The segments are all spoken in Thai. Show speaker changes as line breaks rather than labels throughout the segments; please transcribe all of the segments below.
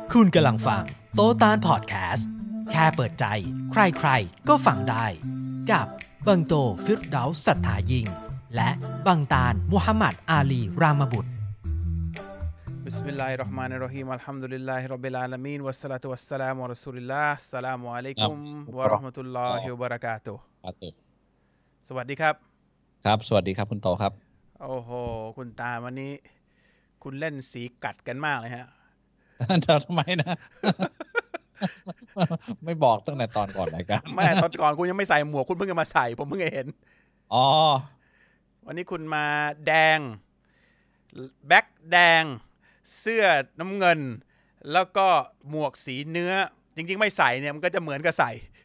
คุณกำลังฟังโตตานพอดแคสต์แค่เปิดใจใครๆก็ฟังได้กับบังโตฟิรเดาสัทธายิ่งและบังตาลมุฮัมมัดอาลีรามบุตร
บิสมิลลาฮิรเราะห์มานิรเราะฮีมอัลฮัมดุลิลลาฮิร็อบบิลอาลามีนวัสสลาตุวัสสลามุอะลารอซูลิลลาฮ์อัสสลามุอะลัยกุมวะเราะห์มะตุลลอฮิวะบะเราะกาตุฮ์สวัสดีครับ
ครับสวัสดีครับคุณโตครับ
โอ้โหคุณตาวันนี้คุณเล่นสีกัดกันมากเลยฮะ
ทำไมนะ ไม่บอกตั้งแต่ตอนก่อนรายการ
ไม่ตอนก่อนคุณยังไม่ใส่หมวกคุณเพิ่งจะมาใส่ผมเพิ่งเห็น
อ๋อ
วันนี้คุณมาแดงแบ็คแดงเสื้อน้ำเงินแล้วก็หมวกสีเนื้อจริงๆไม่ใส่เนี่ยมันก็จะเหมือนกับใส่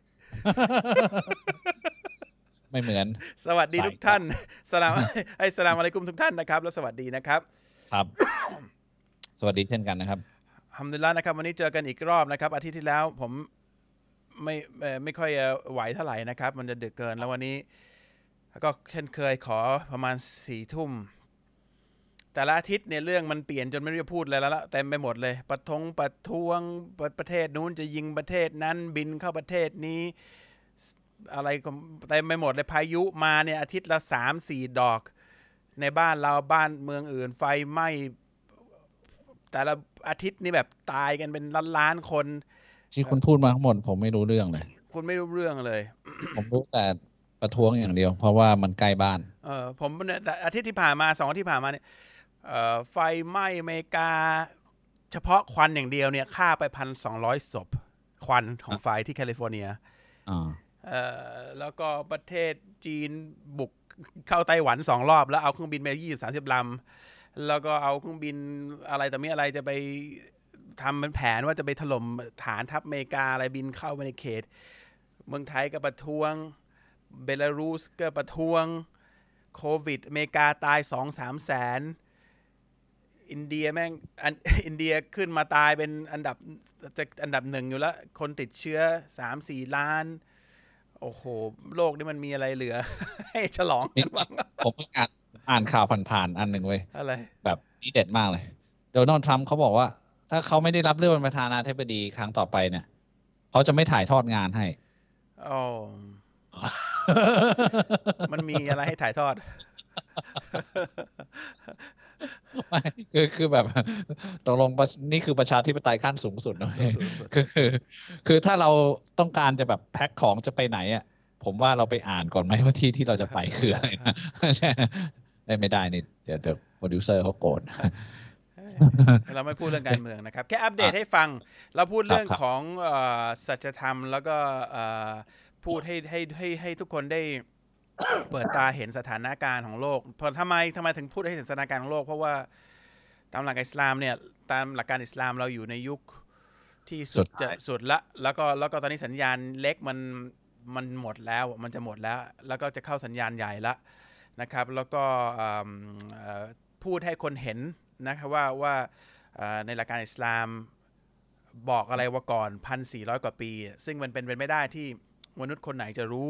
ไม่เหมือน
สวัสดีทุกท่านสลามอะลัยกุมทุกท่านนะครับแล้วสวัสดีนะครับ
ครับ สวัสดีเช่นกันนะครับ
อัลฮัมดุลิลละห์นะครับวันนี้เจอกันอีกรอบนะครับอาทิตย์ที่แล้วผมไม่ค่อยไหวเท่าไหร่นะครับมันจะดึกเกินแล้ววันนี้ก็เช่นเคยขอประมาณ4 ทุ่มแต่ละอาทิตย์เนี่ยเรื่องมันเปลี่ยนจนไม่รู้จะพูดอะไรแล้วเต็มไปหมดเลยประท้วงประเทศนู้นจะยิงประเทศนั้นบินเข้าประเทศนี้อะไรก็เต็มไปหมดเลยพายุมาเนี่ยอาทิตย์ละ 3-4 ดอกในบ้านเราบ้านเมืองอื่นไฟไหม้แต่ละอาทิตย์นี่แบบตายกันเป็นล้านๆคน
ที่คุณพูดมาทั้งหมดผมไม่รู้เรื่องเลย
คุณไม่รู้เรื่องเลย
ผมรู้แต่ประท้วงอย่างเดียวเพราะว่ามันใกล้บ้าน
ผมแต่อาทิตย์ที่ผ่านมา2 อาทิตย์ที่ผ่านมาเนี่ยไฟไหม้อเมริกาเฉพาะควันอย่างเดียวเนี่ยฆ่าไป 1,200 ศพควันของไฟที่แคลิฟอร์เนียแล้วก็ประเทศจีนบุกเข้าไต้หวัน2 รอบแล้วเอาเครื่องบินไป20-30 ลำแล้วก็เอาเครื่องบินอะไรต่อมีอะไรจะไปทำเป็นแผนว่าจะไปถล่มฐานทัพอเมริกาอะไรบินเข้าไปในเขตเมืองไทยก็ประท้วงเบลารุสก็ประท้วงโควิดอเมริกาตาย 2-3 แสนอินเดียแม่งอินเดียขึ้นมาตายเป็นอันดับ 1อยู่แล้วคนติดเชื้อ 3-4 ล้านโอ้โหโลกนี้มันมีอะไรเหลือ ให้ฉลองกันบ้าง
ผมอ่านข่าวผ่านๆอันหนึ่งเว้ย
อะไร
แบบนี้เด็ดมากเลยโดนัลด์ทรัมป์เขาบอกว่าถ้าเขาไม่ได้รับเลือกเป็นประธานาธิบดีครั้งต่อไปเนี่ยเขาจะไม่ถ่ายทอดงานให้
อ๋อ มันมีอะไรให้ถ่ายทอด
คือแบบตกลงนี่คือประชาธิปไตยขั้นสูงสุดนะคือถ้าเราต้องการจะแบบแพ็คของจะไปไหนอ่ะผมว่าเราไปอ่านก่อนไหมว่าที่เราจะไปคืออะไรนะไม่ได้นี่เดี๋ยวโปรดิวเซอร์เขาโกรธ
เราไม่พูดเรื่องการเมืองนะครับแค่อัปเดตให้ฟังเราพูดเรื่องของสัจธรรมแล้วก็พูดให้ทุกคนได้เปิดตาเห็นสถานการณ์ของโลกเพราะทำไมถึงพูดให้เห็นสถานการณ์ของโลกเพราะว่าตามหลักอิสลามเนี่ยตามหลักการอิสลามเราอยู่ในยุคที่สุดละแล้วก็ตอนนี้สัญญาณเล็กมันหมดแล้วมันจะหมดแล้วก็จะเข้าสัญญาณใหญ่ละนะครับแล้วก็พูดให้คนเห็นนะครับว่าในหลักการอิสลามบอกอะไรว่าก่อน 1,400 กว่าปีซึ่งมันเป็นไปไม่ได้ที่มนุษย์คนไหนจะรู้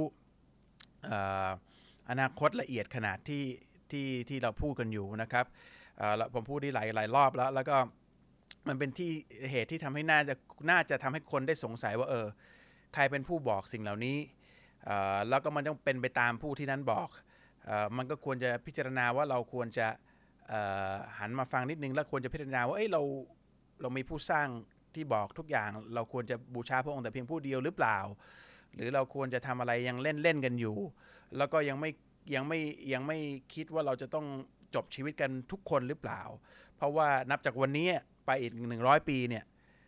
อนาคตละเอียดขนาดที่เราพูดกันอยู่นะครับผมพูดได้หลายรอบแล้วก็มันเป็นที่เหตุที่ทำให้น่าจะทำให้คนได้สงสัยว่าใครเป็นผู้บอกสิ่งเหล่านี้แล้วก็มันต้องเป็นไปตามผู้ที่นั้นบอกมันก็ควรจะพิจารณาว่าเราควรจะหันมาฟังนิดนึงแล้วควรจะพิจารณาว่าเรามีผู้สร้างที่บอกทุกอย่างเราควรจะบูชาพระองค์แต่เพียงผู้เดียวหรือเปล่าหรือเราควรจะทำอะไรยังเล่นกันอยู่แล้วก็ยังไม่คิดว่าเราจะต้องจบชีวิตกันทุกคนหรือเปล่าเพราะว่านับจากวันนี้ไปอีก100 ปีเนี่ย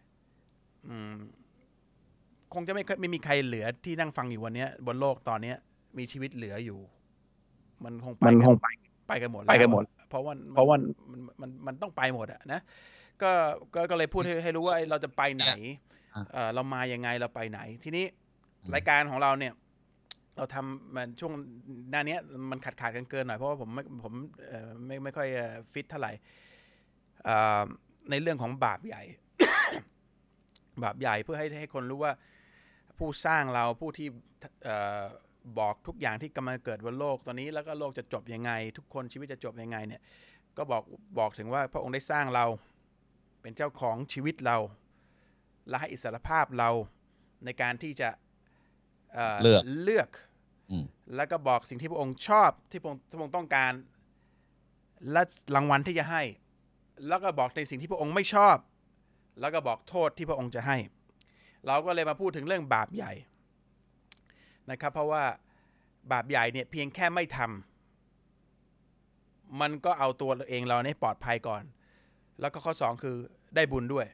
คงจะไม่มีใครเหลือที่นั่งฟังอยู่วันนี้บนโลกตอนนี้มีชีวิตเหลืออยู่มันคงไปกันหมดเพราะว่ามันต้องไปหมดอะนะก็เลยพูดให้รู้ว่าเราจะไปไหนเรามายังไงเราไปไหนทีนี้รายการของเราเนี่ยเราทำมันช่วงหน้านี้มันขาดกันเกินหน่อยเพราะว่าผมไม่ค่อยฟิตเท่าไหร่ในเรื่องของบาปใหญ่ บาปใหญ่เพื่อให้คนรู้ว่าผู้สร้างเราผู้ที่บอกทุกอย่างที่กำลังเกิดบนโลกตอนนี้แล้วก็โลกจะจบยังไงทุกคนชีวิตจะจบยังไงเนี่ยก็บอกถึงว่าพระองค์ได้สร้างเราเป็นเจ้าของชีวิตเราและให้อิสรภาพเราในการที่จะ
เลือก
แล้วก็บอกสิ่งที่พระองค์ชอบที่พระองค์ต้องการและรางวัลที่จะให้แล้วก็บอกในสิ่งที่พระองค์ไม่ชอบแล้วก็บอกโทษที่พระองค์จะให้เราก็เลยมาพูดถึงเรื่องบาปใหญ่นะครับเพราะว่าบาปใหญ่เนี่ยเพียงแค่ไม่ทำมันก็เอาตัวเองเราให้ปลอดภัยก่อนแล้วก็ข้อ2คือได้บุญด้วย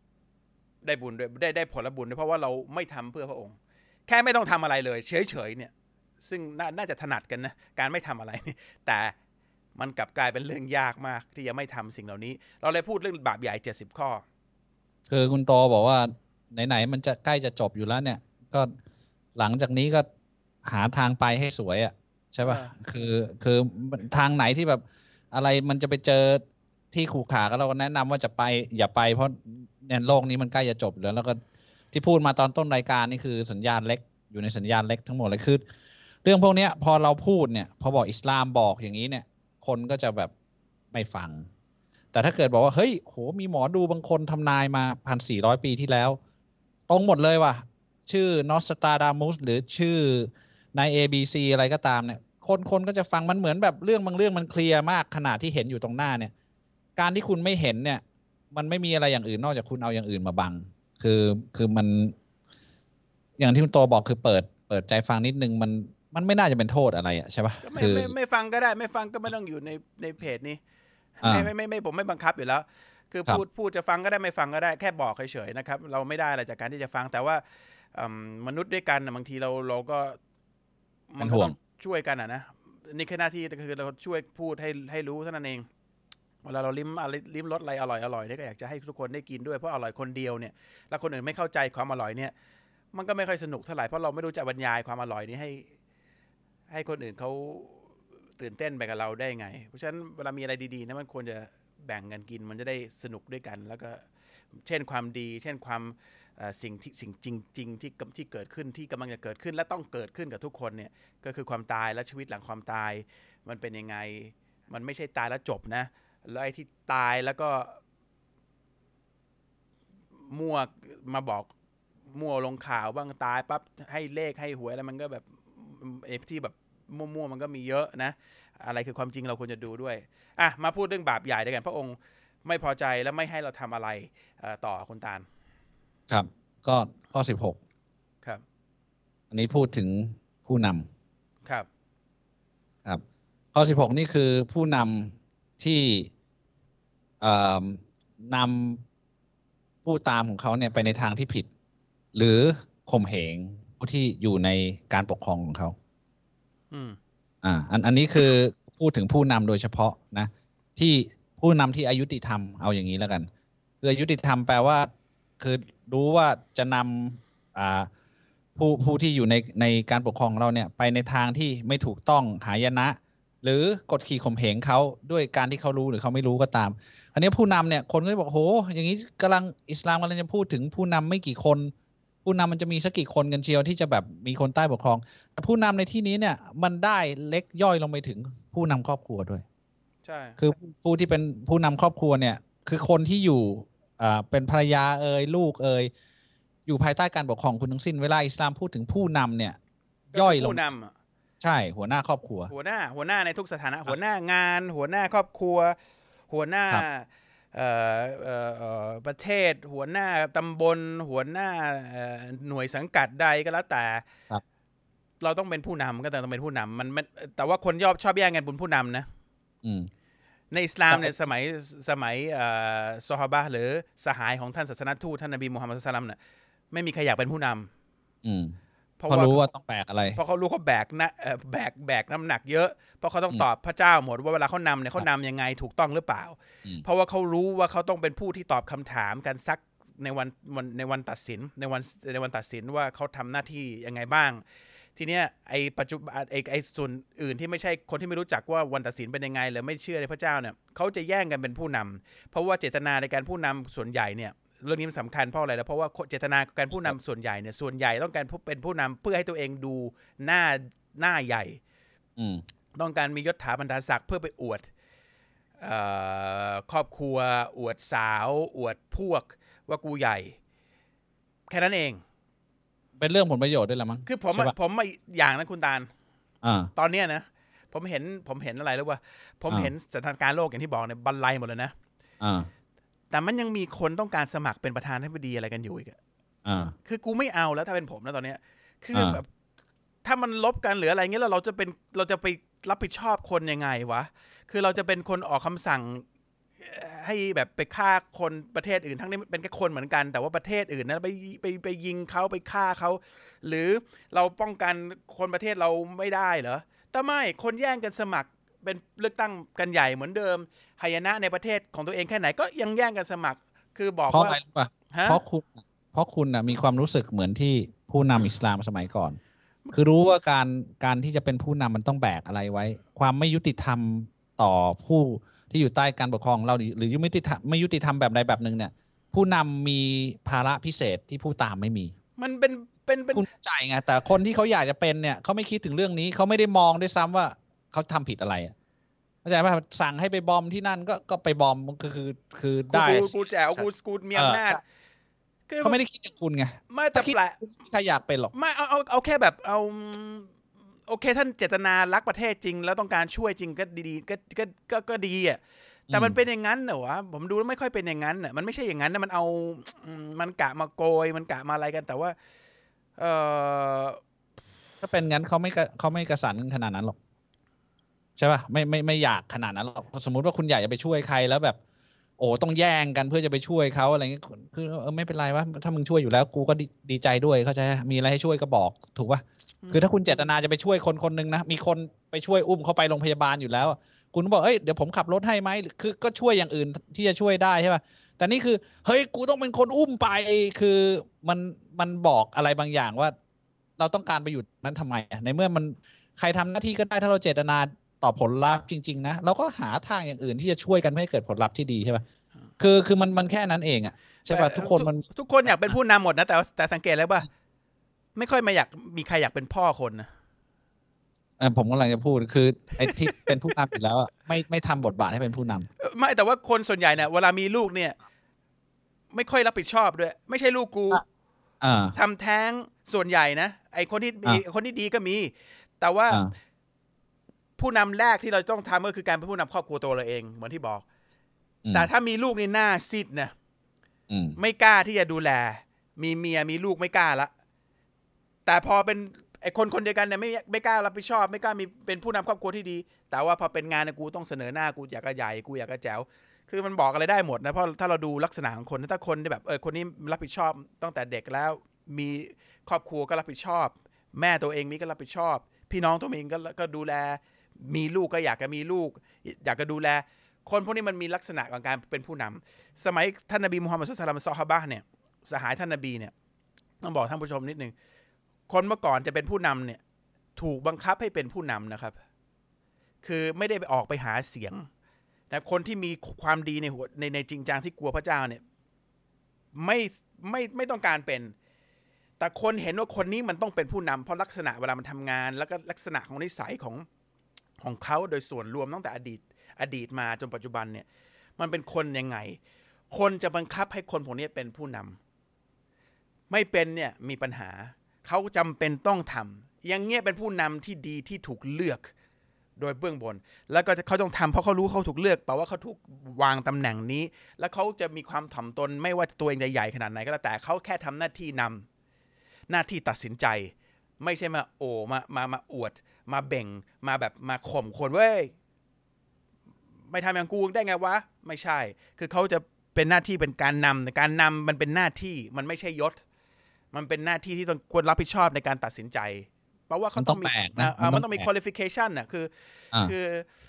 ได้ผลบุญด้วยเพราะว่าเราไม่ทำเพื่อพระองค์แค่ไม่ต้องทำอะไรเลยเฉยๆเนี่ยซึ่งน่าจะถนัดกันนะการไม่ทำอะไรแต่มันกลับกลายเป็นเรื่องยากมากที่จะไม่ทำสิ่งเหล่านี้เราเลยพูดเรื่องบาปใหญ่70ข้อ
คือคุณโตบอกว่าไหนๆมันจะใกล้จะจบอยู่แล้วเนี่ยก็หลังจากนี้ก็หาทางไปให้สวยอ่ะใช่ป่ะคือทางไหนที่แบบอะไรมันจะไปเจอที่ขู่ขาก็เราก็แนะนำว่าจะไปอย่าไปเพราะเนี่ยโลกนี้มันใกล้จะจบแล้วก็ที่พูดมาตอนต้นรายการนี่คือสัญญาณเล็กอยู่ในสัญญาณเล็กทั้งหมดเลยคือเรื่องพวกนี้พอเราพูดเนี่ยพอบอกอิสลามบอกอย่างนี้เนี่ยคนก็จะแบบไม่ฟังแต่ถ้าเกิดบอกว่าเฮ้ยโหมีหมอดูบางคนทำนายมา 1,400 ปีที่แล้วตรงหมดเลยว่ะชื่อนอสตราดามุสหรือชื่อนาย ABC อะไรก็ตามเนี่ยคนก็จะฟังมันเหมือนแบบเรื่องบางเรื่องมันเคลียร์มากขนาดที่เห็นอยู่ตรงหน้าเนี่ยการที่คุณไม่เห็นเนี่ยมันไม่มีอะไรอย่างอื่นนอกจากคุณเอาอย่างอื่นมาบังคือมันอย่างที่คุณโตบอกคือเปิดใจฟังนิดนึงมันไม่น่าจะเป็นโทษอะไรอ่ะใช่ป่ะ
คือไม่ฟังก็ได้ไม่ฟังก็ไม่ต้องอยู่ในเพจนี้ไม่ผมไม่บังคับอยู่แล้วคือพูดจะฟังก็ได้ไม่ฟังก็ได้แค่บอกเฉยๆนะครับเราไม่ได้อะไรจากการที่จะฟังแต่ว่ามนุษย์ด้วยกันบางทีเราก็มันก็ต้องช่วยกันนะนี่แค่หน้าที่คือเราช่วยพูดให้รู้เท่านั้นเองเวลาเราลิ้มรสอะไรอร่อยเนี่ยก็อยากจะให้ทุกคนได้กินด้วยเพราะอร่อยคนเดียวเนี่ยแล้วคนอื่นไม่เข้าใจความอร่อยเนี่ยมันก็ไม่ค่อยสนุกเท่าไหร่เพราะเราไม่รู้จะบรรยายความอร่อยนี้ให้คนอื่นเขาตื่นเต้นไปกับเราได้ไงเพราะฉะนั้นเวลามีอะไรดีๆนะมันควรจะแบ่งกันกินมันจะได้สนุกด้วยกันแล้วก็เช่นความดีเช่นความสิ่งจริงที่เกิดขึ้นที่กำลังจะเกิดขึ้นและต้องเกิดขึ้นกับทุกคนเนี่ยก็คือความตายและชีวิตหลังความตายมันเป็นยังไงมันไม่ใช่ตายแล้วจบนะแล้วไอ้ที่ตายแล้วก็มั่วมาบอกมั่วลงข่าวบ้างตายปั๊บให้เลขให้หวยอะไรมันก็แบบที่แบบมั่วมันก็มีเยอะนะอะไรคือความจริงเราควรจะดูด้วยมาพูดเรื่องบาปใหญ่ด้วยกันพระองค์ไม่พอใจและไม่ให้เราทำอะไรต่อคุณตาล
ครับก็ข้อ16
ครับ
อันนี้พูดถึงผู้น
ำครับ
ข้อ16นี่คือผู้นำที่นำผู้ตามของเขาเนี่ยไปในทางที่ผิดหรือข่มเหงผู้ที่อยู่ในการปกครองของเขาอันนี้คือพูดถึงผู้นำโดยเฉพาะนะที่ผู้นำที่อายุติธรรมเอาอย่างนี้แล้วกันคืออายุติธรรมแปลว่าคือรู้ว่าจะนำผู้ที่อยู่ในการปกครองเราเนี่ยไปในทางที่ไม่ถูกต้องหายนะหรือกดขี่ข่มเหงเขาด้วยการที่เขารู้หรือเขาไม่รู้ก็ตามอันนี้ผู้นำเนี่ยคนก็บอกโหอย่างนี้อิสลามกำลังจะพูดถึงผู้นำไม่กี่คนผู้นำมันจะมีสักกี่คนกันเชียวที่จะแบบมีคนใต้ปกครองแต่ผู้นำในที่นี้เนี่ยมันได้เล็กย่อยลงไปถึงผู้นำครอบครัวด้วย
ใช่
คือผู้ที่เป็นผู้นำครอบครัวเนี่ยคือคนที่อยู่เป็นภรรยาลูกอยู่ภายใต้การปกครองคุณทั้งสิ้นเวลาอิสลามพูดถึงผู้นำเนี่ยย่อยลง
ผู้น
ำใช่หัวหน้าครอบครัว
หัวหน้าในทุกสถานะหัวหน้างานหัวหน้าครอบครัวหัวหน้าประเทศหัวหน้าตำบลหัวหน้าหน่วยสังกัดใดก็แล้วแต่เราต้องเป็นผู้นำก็ต้องเป็นผู้นำมันแต่ว่าคนชอบแย่งกันเป็นผู้นำนะในอิสลามเนี่ยสมัยซอฮาบะห์หรือสหายของท่านศาสนทูตท่านนบีมุฮัมมัดศ็อลลัลลอฮุอะลัยฮิวะซัลลัมเนี่ยไม่มีใครอยากเป็นผู้นำ
เพราะรู้ว่าต้องแบกอะไร
เพราะเขารู้เขาแบกน้ำหนักเยอะเพราะเขาต้องตอบพระเจ้าหมดว่าเวลาเขานำเนี่ยเขานำยังไงถูกต้องหรือเปล่าเพราะว่าเขารู้ว่าเขาต้องเป็นผู้ที่ตอบคำถามกันซักในวันตัดสินในวันตัดสินว่าเขาทำหน้าที่ยังไงบ้างทีเนี้ยปัจจุบันไอส่วนอื่นที่ไม่ใช่คนที่ไม่รู้จักว่าวันตัดสินเป็นยังไงหรือไม่เชื่อในพระเจ้าเนี่ยเขาจะแย่งกันเป็นผู้นำเพราะว่าเจตนาในการผู้นำส่วนใหญ่เนี่ยเรื่องนี้มันสำคัญเพราะอะไรแล้วเพราะว่าเจตนาการผู้นำส่วนใหญ่เนี่ยส่วนใหญ่ต้องการเป็นผู้นำเพื่อให้ตัวเองดูหน้าใหญ่ต้องการมียศถาบรรดาศักดิ์เพื่อไปอวดครอบครัวอวดสาวอวดพวกว่ากูใหญ่แค่นั้นเอง
เป็นเรื่องผลประโยชน์ด้วยละมั้ง
คือผมอย่างนะคุณตาลตอนเนี้ยนะผมเห็นอะไรรู้ป่ะผมเห็นสถานการณ์โลกอย่างที่บอกเนี่ยบรรลัยหมดเลยนะแต่มันยังมีคนต้องการสมัครเป็นประธานาธิบดีอะไรกันอยู่อีกคือกูไม่เอาแล้วถ้าเป็นผมนะตอนเนี้ยคือแบบถ้ามันลบกันหรืออะไรเงี้ยแล้วเราจะไปรับผิดชอบคนยังไงวะคือเราจะเป็นคนออกคำสั่งให้แบบไปฆ่าคนประเทศอื่นทั้งนี้เป็นแค่คนเหมือนกันแต่ว่าประเทศอื่นนะไปยิงเขาไปฆ่าเขาหรือเราป้องกันคนประเทศเราไม่ได้เหรอแต่ไม่คนแย่งกันสมัครเป็นเลือกตั้งกันใหญ่เหมือนเดิมหายนะในประเทศของตัวเองแค่ไหนก็ยังแย่งกันสมัครคือบอกว่า
เพราะคุณมีความรู้สึกเหมือนที่ผู้นำอิสลามสมัยก่อนคือรู้ว่าการที่จะเป็นผู้นำมันต้องแบกอะไรไว้ความไม่ยุติธรรมต่อผู้ที่อยู่ใต้การปกครองเราหรือไม่ยุติธรรมแบบใดแบบหนึ่งเนี่ยผู้นำมีภาระพิเศษที่ผู้ตามไม่มี
มันเป็น
คุณใจไงแต่คนที่เขาอยากจะเป็นเนี่ยเขาไม่คิดถึงเรื่องนี้เขาไม่ได้มองด้วยซ้ำว่าเขาทำผิดอะไรเข้าใจป่ะสั่งให้ไปบอมที่นั่นก็ไปบอมคือได้
กูแจ๋วกูมีอำนาจ
เขาไม่ได้คิดอย่างคุณไง
ไม่แต่แปลก
ใครอยากเป็นหรอก
ไม่เอาแค่แบบเอาโอเคท่านเจตนารักประเทศจริงแล้วต้องการช่วยจริงก็ดีก็ดีอ่ะแต่มันเป็นอย่างนั้นเหรอวะผมดูแล้วไม่ค่อยเป็นอย่างนั้นอ่ะมันไม่ใช่อย่างนั้นนะมันเอามันกะมาโกยมันกะมาอะไรกันแต่ว่า
ถ้าเป็นงั้นเขาไม่กระสันขนาดนั้นหรอกใช่ป่ะไม่อยากขนาดนั้นหรอกสมมุติว่าคุณอยากจะไปช่วยใครแล้วแบบโอ้ต้องแย่งกันเพื่อจะไปช่วยเขาอะไรเงี้ยคือไม่เป็นไรวะถ้ามึงช่วยอยู่แล้วกูก็ดีใจด้วยเข้าใจมีอะไรให้ช่วยก็บอกถูกป่ะคือถ้าคุณเจตนาจะไปช่วยคนนึงนะมีคนไปช่วยอุ้มเขาไปโรงพยาบาลอยู่แล้วคุณบอกเดี๋ยวผมขับรถให้ไหมคือก็ช่วยอย่างอื่นที่จะช่วยได้ใช่ป่ะแต่นี่คือเฮ้ยกูต้องเป็นคนอุ้มไปคือมันบอกอะไรบางอย่างว่าเราต้องการไปอยู่นั้นทำไมในเมื่อมันใครทำหน้าที่ก็ได้ถ้าเราเจตนาต่อผลลัพธ์จริงๆนะเราก็หาทางอย่างอื่นที่จะช่วยกันให้เกิดผลลัพธ์ที่ดีใช่ป่ะคือมันแค่นั้นเองอ่ะใช่ป่ะทุก
คนอยากเป็นผู้นำหมดนะแต่สังเกตแล้วป่ะไม่ค่อยมาอยากมีใครอยากเป็นพ่อคนนะ
ผมกำลังจะพูดคือไอ้ที่เป็นผู้นำอยู่แล้วไม่ทำบทบาทให้เป็นผู้น
ำไม่แต่ว่าคนส่วนใหญ่เนี่ยเวลามีลูกเนี่ยไม่ค่อยรับผิดชอบด้วยไม่ใช่ลูกกูทำแท้งส่วนใหญ่นะไอ้คนที่ดีก็มีแต่ว่าผู้นำแรกที่เราต้องทำก็คือการเป็นผู้นำครอบครัวตัวเราเองเหมือนที่บอกแต่ถ้ามีลูกนี่หน้าซีดนะไม่กล้าที่จะดูแลมีเมียมีลูกไม่กล้าละแต่พอเป็นไอ้คนเดียวกันเนี่ยไม่กล้ารับผิดชอบไม่กล้ามีเป็นผู้นำครอบครัวที่ดีแต่ว่าพอเป็นงานเนี่ยกูต้องเสนอหน้ากูอยากจะใหญ่กูอยากจะแจ๋วคือมันบอกอะไรได้หมดนะเพราะถ้าเราดูลักษณะของคนถ้าคนที่แบบคนนี้รับผิดชอบตั้งแต่เด็กแล้วมีครอบครัวก็รับผิดชอบแม่ตัวเองมีก็รับผิดชอบพี่น้องตัวเองก็ดูแลมีลูกก็อยากจะมีลูกอยากจะดูแลคนพวกนี้มันมีลักษณะของการเป็นผู้นำสมัยท่านนบีมุฮัมมัดศ็อลลัลลอฮุอะลัยฮิวะซัลลัมซอฮาบะห์เนี่ยสหายท่านนบีเนี่ยต้องบอกท่านผู้ชมนิดนึงคนเมื่อก่อนจะเป็นผู้นำเนี่ยถูกบังคับให้เป็นผู้นำนะครับคือไม่ได้ไปออกไปหาเสียงนะคนที่มีความดีในหัวในจริงจังที่กลัวพระเจ้าเนี่ยไม่ต้องการเป็นแต่คนเห็นว่าคนนี้มันต้องเป็นผู้นำเพราะลักษณะเวลามันทำงานแล้วก็ลักษณะของนิสัยของเขาโดยส่วนรวมตั้งแต่อดีตมาจนปัจจุบันเนี่ยมันเป็นคนยังไงคนจะบังคับให้คนพวกนี้เป็นผู้นำไม่เป็นเนี่ยมีปัญหาเขาจำเป็นต้องทำอย่างเงี้ยเป็นผู้นำที่ดีที่ถูกเลือกโดยเบื้องบนแล้วก็เขาต้องทำเพราะเขารู้เขาถูกเลือกแปลว่าเขาถูกวางตำแหน่งนี้แล้วเขาจะมีความถ่อมตนไม่ว่าตัวเองจะใหญ่ขนาดไหนก็แล้วแต่เขาแค่ทำหน้าที่นำหน้าที่ตัดสินใจไม่ใช่มามาอวดมาเบ่งมาแบบมาข่มคนเว้ยไม่ทำอย่างกูได้ไงวะไม่ใช่คือเขาจะเป็นหน้าที่เป็นการนำในการนำมันเป็นหน้าที่มันไม่ใช่ยศมันเป็นหน้าที่ที่ต้องควรรับผิดชอบในการตัดสินใจเพราะว่าเขาต้องมีมันต้องมี qualification น่ะคือ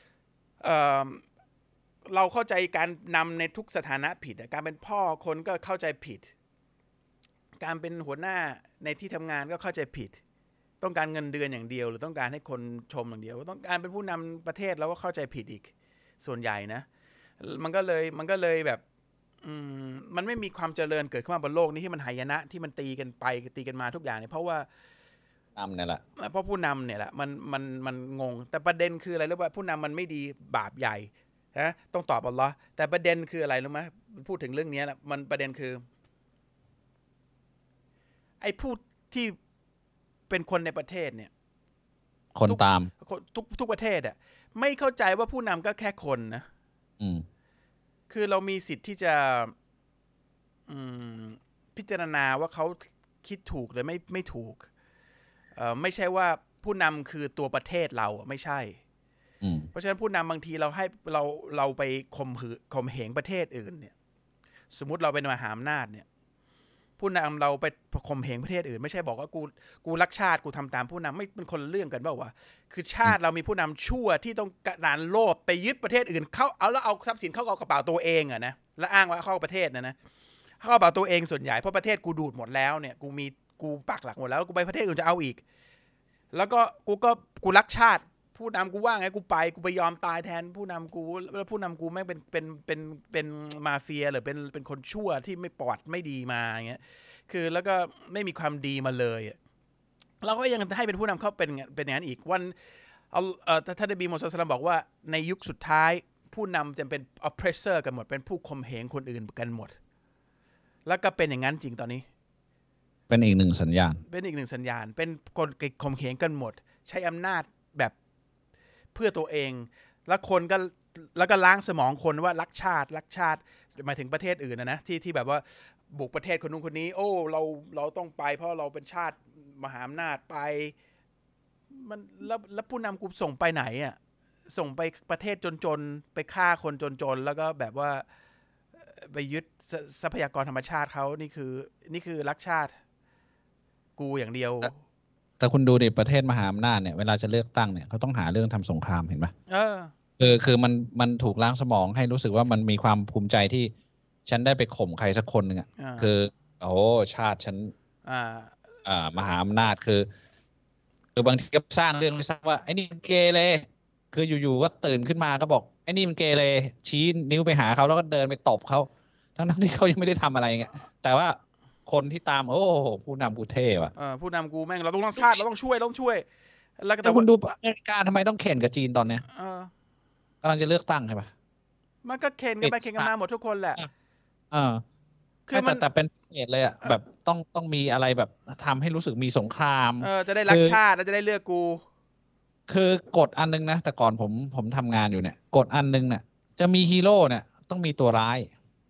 เราเข้าใจการนำในทุกสถานะผิดการเป็นพ่อคนก็เข้าใจผิดการเป็นหัวหน้าในที่ทำงานก็เข้าใจผิดต้องการเงินเดือนอย่างเดียวหรือต้องการให้คนชมอย่างเดียวต้องการเป็นผู้นำประเทศแล้วก็เข้าใจผิดอีกส่วนใหญ่นะมันก็เลยแบบมันไม่มีความเจริญเกิดขึ้นมาบนโลกนี้ที่มันหายนะที่มันตีกันไปตีกันมาทุกอย่างเนี่ยเพราะว่าน
ำเนี่ยแหละ
เพราะผู้นำเนี่ยแหละมันงงแต่ประเด็นคืออะไรรู้ป่ะผู้นำมันไม่ดีบาปใหญ่นะต้องตอบอัลเลาะห์แต่ประเด็นคืออะไรรู้ไหมพูดถึงเรื่องนี้แหละมันประเด็นคือไอ้ผู้ที่เป็นคนในประเทศเนี่ย
คนตาม
ทุกประเทศอ่ะไม่เข้าใจว่าผู้นำก็แค่คนนะคือเรามีสิทธิ์ที่จะพิจารณาว่าเขาคิดถูกหรือไม่ถูกไม่ใช่ว่าผู้นำคือตัวประเทศเราไม่ใช่เพราะฉะนั้นผู้นำบางทีเราไปข่มเหงประเทศอื่นเนี่ยสมมุติเราเป็นมหาอำนาจเนี่ยผู้นำเราไปข่มเหงประเทศอื่นไม่ใช่บอกว่ากูรักชาติกูทำตามผู้นำไม่เป็นคนละเรื่องกันเปล่าวะคือชาติเรามีผู้นำชั่วที่ต้องการโลภไปยึดประเทศอื่นเข้าแล้วเอาทรัพย์สินเข้ากระเป๋าตัวเองอะนะแล้วอ้างว่าเข้าประเทศนะเข้ากระเป๋าตัวเองส่วนใหญ่เพราะประเทศกูดูดหมดแล้วเนี่ยกูปักหลักหมดแล้วกูไปประเทศอื่นจะเอาอีกแล้วก็กูรักชาติผู้นำกูว่าไงกูไปยอมตายแทนผู้นำกูแล้วผู้นำกูแม่งเป็นมาเฟียหรือเป็นคนชั่วที่ไม่ปลอดไม่ดีมาอย่างเงี้ยคือแล้วก็ไม่มีความดีมาเลยเราก็ยังให้เป็นผู้นำเขาเป็นอย่างนั้นอีกวันท่านนบีมูฮัมมัด ศ็อลลัลลอฮุอะลัยฮิวะซัลลัมบอกว่าในยุคสุดท้ายผู้นำจะเป็น oppressor กันหมดเป็นผู้ข่มเหงคนอื่นกันหมดแล้วก็เป็นอย่างนั้นจริงตอนนี้
เป็นอีกหนึ่งสัญญาณ
เป็นคนข่มเหงกันหมดใช้อำนาจแบบเพื่อตัวเองแล้วคนก็แล้วก็ล้างสมองคนว่ารักชาติหมายถึงประเทศอื่นนะที่แบบว่าบุกประเทศคนนู้นคนนี้โอ้เราต้องไปเพราะเราเป็นชาติมหาอำนาจไปมันแล้วผู้นำกูส่งไปไหนอ่ะส่งไปประเทศจนๆไปฆ่าคนจนๆแล้วก็แบบว่าไปยึดทรัพยากรธรรมชาติเขานี่คือรักชาติกูอย่างเดียว
แต่คุณดูดิประเทศมหาอำนาจเนี่ยเวลาจะเลือกตั้งเนี่ยเขาต้องหาเรื่องทำสงครามเห็นไหมคือมันถูกล้างสมองให้รู้สึกว่ามันมีความภูมิใจที่ฉันได้ไปข่มใครสักคนหนึ่งอ่ะคือโอ้ชาติฉันมหาอำนาจคือบางทีก็สร้างเรื่องไม่ทราบว่าไอ้นี่เกเรคืออยู่ๆก็ตื่นขึ้นมาก็บอกไอ้นี่มันเกเรชี้นิ้วไปหาเขาแล้วก็เดินไปตบเขาทั้งที่เขายังไม่ได้ทำอะไรเงี้ยแต่ว่าคนที่ตามโอ้ผู้นำกูเท่ว่ะ
ผู้นำกูแม่งเราต้องชาติเราต้องช่วย
แล้วแต่คุณดูอเมริกาทำไมต้องเข็นกับจีนตอนเนี้ยกำลังจะเลือกตั้งใช่ปะ
มันก็เข็นกันไปเข็นกันมาหมดทุกคนแหละ
คือมันแต่เป็นพิเศษเลยอ่ะแบบต้องมีอะไรแบบทำให้รู้สึกมีสงคราม
จะได้รักชาติแล้วจะได้เลือกกู
คือกฎอันนึงนะแต่ก่อนผมทำงานอยู่เนี่ยกฎอันนึงเนี่ยจะมีฮีโร่เนี่ยต้องมีตัวร้าย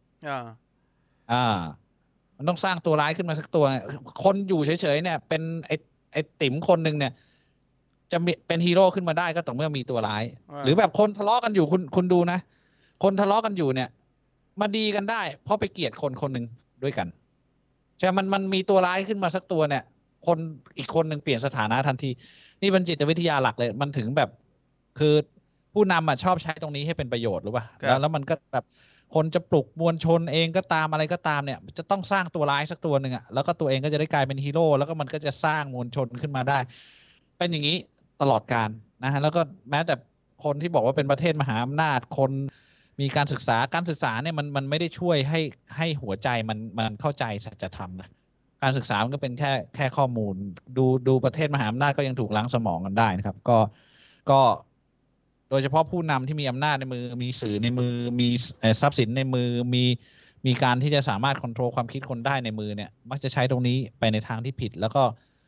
มันต้องสร้างตัวร้ายขึ้นมาสักตัวเนี่ยคนอยู่เฉยๆเนี่ยเป็นไอ้ติ๋มคนหนึ่งเนี่ยจะมีเป็นฮีโร่ขึ้นมาได้ก็ต่อเมื่อมีตัวร้ายหรือแบบคนทะเลาะกันอยู่คุณดูนะคนทะเลาะกันอยู่เนี่ยมาดีกันได้เพราะไปเกลียดคนหนึ่งด้วยกันใช่มันมีตัวร้ายขึ้นมาสักตัวเนี่ยคนอีกคนหนึ่งเปลี่ยนสถานะทันทีนี่เป็นจิตวิทยาหลักเลยมันถึงแบบคือผู้นำชอบใช้ตรงนี้ให้เป็นประโยชน์หรือเปล่าแล้วมันก็แบบคนจะปลุกมวลชนเองก็ตามอะไรก็ตามเนี่ยจะต้องสร้างตัวร้ายสักตัวหนึ่งแล้วก็ตัวเองก็จะได้กลายเป็นฮีโร่แล้วก็มันก็จะสร้างมวลชนขึ้นมาได้เป็นอย่างนี้ตลอดกาลนะฮะแล้วก็แม้แต่คนที่บอกว่าเป็นประเทศมหาอำนาจคนมีการศึกษาเนี่ยมันไม่ได้ช่วยให้หัวใจมันเข้าใจสัจธรรมนะการศึกษามันก็เป็นแค่ข้อมูลดูประเทศมหาอำนาจก็ยังถูกล้างสมองกันได้นะครับก็โดยเฉพาะผู้นำที่มีอำนาจในมือมีสื่อในมือมีทรัพย์สินในมือมีการที่จะสามารถควบคุมความคิดคนได้ในมือเนี่ยมักจะใช้ตรงนี้ไปในทางที่ผิดแล้วก็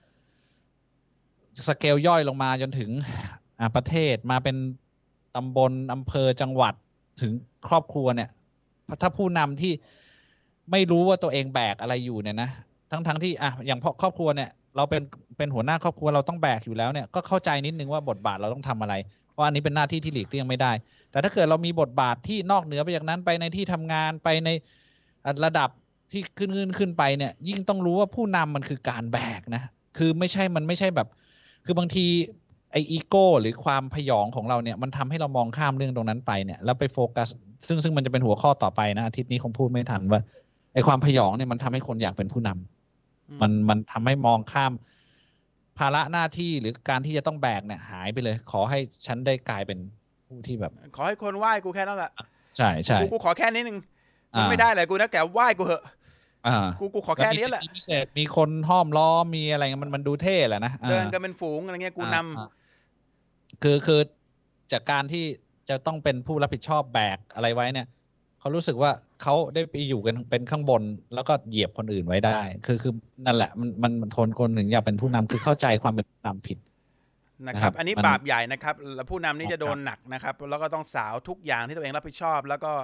สเกลย่อยลงมาจนถึงประเทศมาเป็นตำบลอำเภอจังหวัดถึงครอบครัวเนี่ยถ้าผู้นำที่ไม่รู้ว่าตัวเองแบกอะไรอยู่เนี่ยนะทั้งที่อย่างครอบครัวเนี่ยเราเป็นหัวหน้าครอบครัวเราต้องแบกอยู่แล้วเนี่ยก็เข้าใจนิดนึงว่าบทบาทเราต้องทำอะไรเพราะอันนี้เป็นหน้าที่ที่หลีกเลี่ยงไม่ได้แต่ถ้าเกิดเรามีบทบาทที่นอกเหนือไปจากนั้นไปในที่ทำงานไปในระดับที่ขึ้นไปเนี่ยยิ่งต้องรู้ว่าผู้นำมันคือการแบกนะคือมันไม่ใช่แบบคือบางทีไออีโก้หรือความพยองของเราเนี่ยมันทำให้เรามองข้ามเรื่องตรงนั้นไปเนี่ยแล้วไปโฟกัสซึ่งมันจะเป็นหัวข้อต่อไปนะอาทิตย์นี้คงพูดไม่ทันว่าไอความพยองเนี่ยมันทำให้คนอยากเป็นผู้นำมันทำให้มองข้ามภาระหน้าที่หรือการที่จะต้องแบกเนี่ยหายไปเลยขอให้ฉันได้กลายเป็นผู้ที่แบบ
ขอให้คนไหว้กูแค่นั้นแหละ
ใช่
กูขอแค่นี้นึงไม่ได้เลยกูนะแกไหว้กูเหอะกูขอแค่นี้แหละ
พิเศษมีคนห้อมล้อมมีอะไรมันดูเท่แหละนะ
เดินกันเป็นฝูงอะไรเงี้ยกูน
ำคือจากการที่จะต้องเป็นผู้รับผิดชอบแบกอะไรไว้เนี่ยเขารู้สึกว่าเขาได้ไปอยู่กันเป็นข้างบนแล้วก็เหยียบคนอื่นไว้ได้คือนั่นแหละมันทนคนหนึ่งอยากเป็นผู้นำคือเข้าใจความเป็นผู้นำผิด
นะครับอันนี้บาปใหญ่นะครับแล้วผู้นำนี่จะโดนหนักนะครับแล้วก็ต้องสาวทุกอย่างที่ตัวเองรับผิดชอบแล้วก็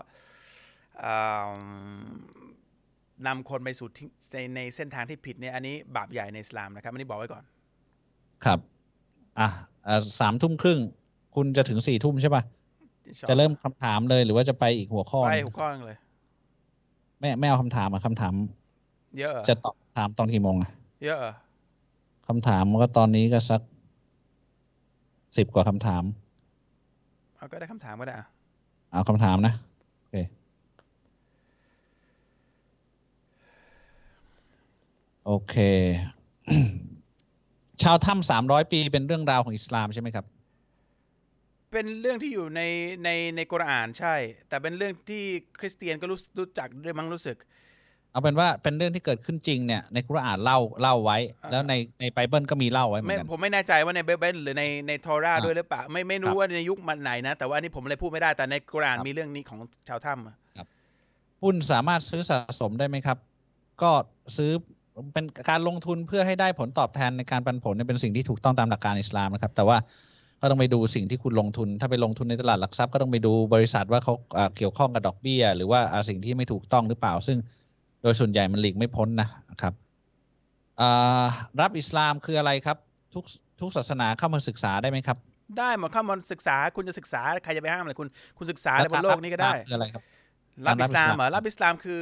นำคนไปสู่ในเส้นทางที่ผิดเนี่ยอันนี้บาปใหญ่ในอิสลามนะครับอันนี้บอกไว้ก่อน
ครับ3 ทุ่มครึ่งคุณจะถึง4 ทุ่มใช่ป่ะจะเริ่มคำถามเลยหรือว่าจะไปอีกหัวข้อ
ไปหัวข้อนึงเลย
ไม่เอาคำถามคำถาม
เยอะ
จะตอบถามตอนกี่โมง
เยอะ
คำถามก็ตอนนี้ก็สัก10 กว่าคำถาม
เอาก็ได้คำถามก็ได้
เอาคำถามนะโอเค ชาวถ้ำ300 ปีเป็นเรื่องราวของอิสลามใช่ไหมครับ
เป็นเรื่องที่อยู่ในกุรอานใช่แต่เป็นเรื่องที่คริสเตียนก็รู้จักด้วยมั้งรู้สึก
เอาเป็นว่าเป็นเรื่องที่เกิดขึ้นจริงเนี่ยในกุรอานเล่าไว้แล้วในไบเบิลก็มีเล่าไว้เหมือนกัน
ผมไม่แน่ใจว่าในไบเบิลหรือในทอราด้วยหรือเปล่าไม่รู้ว่าในยุคมันไหนนะแต่ว่าอันนี้ผมเลยพูดไม่ได้แต่ในกุรอานมีเรื่องนี้ของชาวถ้
ำหุ้นสามารถซื้อสะสมได้ไหมครับก็ซื้อเป็นการลงทุนเพื่อให้ได้ผลตอบแทนในการปันผลเป็นสิ่งที่ถูกต้องตามหลักการอิสลามนะครับแต่ว่าก็ต้องไปดูสิ่งที่คุณลงทุนถ้าไปลงทุนในตลาดหลักทรัพย์ก็ต้องไปดูบริษัทว่าเขาเกี่ยวข้องกับดอกเบี้ยหรือว่าสิ่งที่ไม่ถูกต้องหรือเปล่าซึ่งโดยส่วนใหญ่มันหลีกไม่พ้นนะครับรับอิสลามคืออะไรครับทุกศาสนาเข้ามาศึกษาได้ไหมครับ
ได้หมดเข้ามาศึกษาคุณจะศึกษาใครจะไปห้ามเลยคุณศึกษาในบนโลกนี้ก็ได้
คืออะไรครับ
รับอิสลามรับอิสลามคือ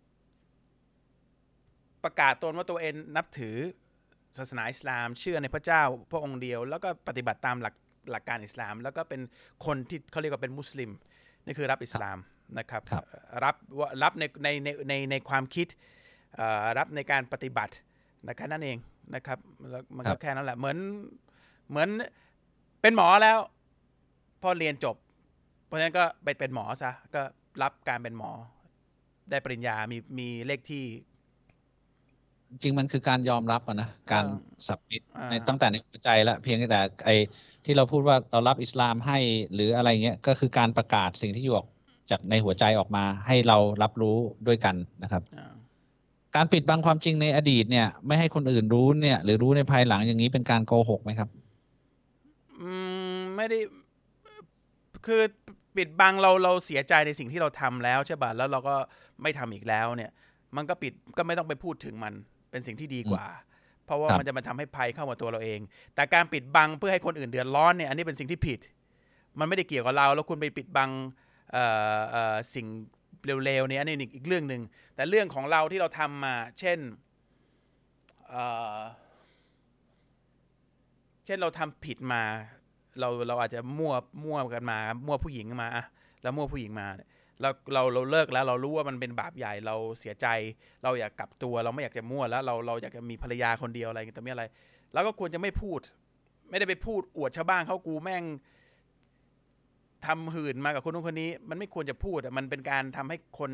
ประกาศตนว่าตัวเองนับถือศาสนาอิสลามเชื่อในพระเจ้าพระองค์เดียวแล้วก็ปฏิบัติตามหลักการอิสลามแล้วก็เป็นคนที่เขาเรียกว่าเป็นมุสลิมนี่คือรับอิสลามนะครับรับในความคิดรับในการปฏิบัตินะครับนั่นเองนะครับแล้วมันก็แค่นั้นแหละเหมือนเป็นหมอแล้วพอเรียนจบเพราะฉะนั้นก็ไปเป็นหมอซะก็รับการเป็นหมอได้ปริญญามีเลขที่
จริงมันคือการยอมรับนะการสับมิดในตั้งแต่ในหัวใจแล้วเพียงแต่ไอ้ที่เราพูดว่าเรารับอิสลามให้หรืออะไรเงี้ยก็คือการประกาศสิ่งที่อยู่ออกจากในหัวใจออกมาให้เรารับรู้ด้วยกันนะครับการปิดบังความจริงในอดีตเนี่ยไม่ให้คนอื่นรู้เนี่ยหรือรู้ในภายหลังอย่างนี้เป็นการโกหกไหมครับ
ไม่ได้คือปิดบังเราเสียใจในสิ่งที่เราทำแล้วใช่ป่ะแล้วเราก็ไม่ทำอีกแล้วเนี่ยมันก็ปิดก็ไม่ต้องไปพูดถึงมันเป็นสิ่งที่ดีกว่าเพราะว่ามันจะมาทำให้ภัยเข้ามาตัวเราเองแต่การปิดบังเพื่อให้คนอื่นเดือดร้อนเนี่ยอันนี้เป็นสิ่งที่ผิดมันไม่ได้เกี่ยวกับเราแล้วคุณไปปิดบังสิ่งเร็วๆเนี่ยอันนี้อีกเรื่องนึงแต่เรื่องของเราที่เราทำมาเช่นเราทำผิดมาเราอาจจะมั่วกันมามั่วผู้หญิงมาแล้วมั่วผู้หญิงมาเราเลิกแล้วเรารู้ว่ามันเป็นบาปใหญ่เราเสียใจเราอยากกลับตัวเราไม่อยากจะมั่วแล้วเราอยากจะมีภรรยาคนเดียวอะไรแต่ไม่อะไรแล้วก็ควรจะไม่พูดไม่ได้ไปพูดอวดชาวบ้านเขากูแม่งทำหื่นมากับคนนู้นคนนี้มันไม่ควรจะพูดมันเป็นการทำให้คน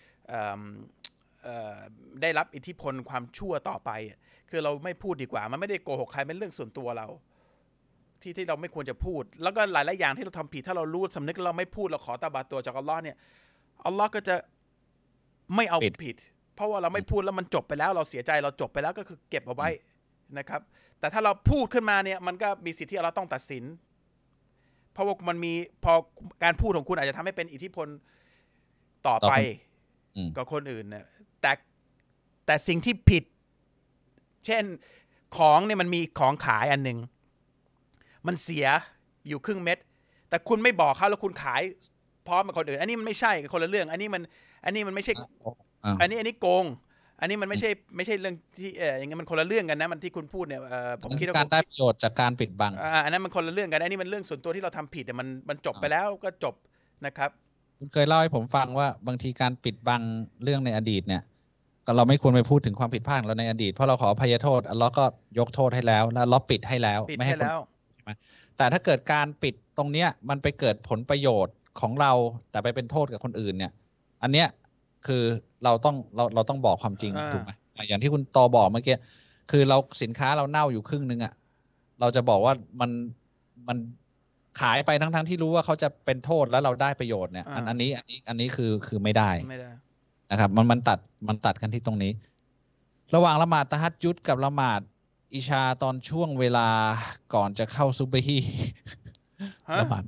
ได้รับอิทธิพลความชั่วต่อไปคือเราไม่พูดดีกว่ามันไม่ได้โกหกใครเป็นเรื่องส่วนตัวเราที่เราไม่ควรจะพูดแล้วก็หลายๆอย่างที่เราทำผิดถ้าเรารู้สำนึกเราไม่พูดเราขอตบะตัวจากอัลลอฮ์เนี่ยอัลลอฮ์ก็จะไม่เอาผิดเพราะว่าเราไม่พูดแล้วมันจบไปแล้วเราเสียใจเราจบไปแล้วก็คือเก็บเอาไว้นะครับแต่ถ้าเราพูดขึ้นมาเนี่ยมันก็มีสิทธิ์ที่อัลลอฮ์ต้องตัดสินเพราะว่ามันมีพอการพูดของคุณอาจจะทำให้เป็นอิทธิพลต่อไปกับคนอื่นเนี่ยแต่สิ่งที่ผิดเช่นของเนี่ยมันมีของขายอันนึงมันเสียอยู่ครึ่งเม็ดแต่คุณไม่บอกเขาแล้วคุณขายพร้อมกับคนอื่นอันนี้มันไม่ใช่คนละเรื่องอันนี้มันไม่ใช่อันนี้โกงอันนี้มันไม่ใช่เรื่องที่อย่างเงี้ยมันคนละเรื่องกันนะมันที่คุณพูดเนี่ยผมคิดว่า
การได้ประโยชน์จากการปิดบัง
อันนั้นมันคนละเรื่องกันอันนี้มันเรื่องส่วนตัวที่เราทำผิดแต่มันจบไปแล้วก็จบนะครับ
คุณเคยเล่าให้ผมฟังว่าบางทีการปิดบังเรื่องในอดีตเนี่ยเราไม่ควรไปพูดถึงความผิดพลาดของเราในอดีตเพราะเราขออภัยโทษอัลเลาะห์ก็ยกโทษให้แล้วอัลเลาะห์ปิดให้แล้ว
ไม่ให้แล้ว
แต่ถ้าเกิดการปิดตรงเนี้ยมันไปเกิดผลประโยชน์ของเราแต่ไปเป็นโทษกับคนอื่นเนี่ยอันเนี้ยคือเราต้องบอกความจริงถูกไหมอย่างที่คุณตอบอกเมื่อกี้คือเราสินค้าเราเน่าอยู่ครึ่งนึงอ่ะเราจะบอกว่ามันขายไปทั้งที่รู้ว่าเขาจะเป็นโทษแล้วเราได้ประโยชน์เนี่ยอันนี้คือไม่ได้นะครับมันตัดกันที่ตรงนี้ ระหว่างละหมาดตะฮัดยุดกับละหมาดอิชาตอนช่วงเวลาก่อนจะเข้าซุบฮีละหมาด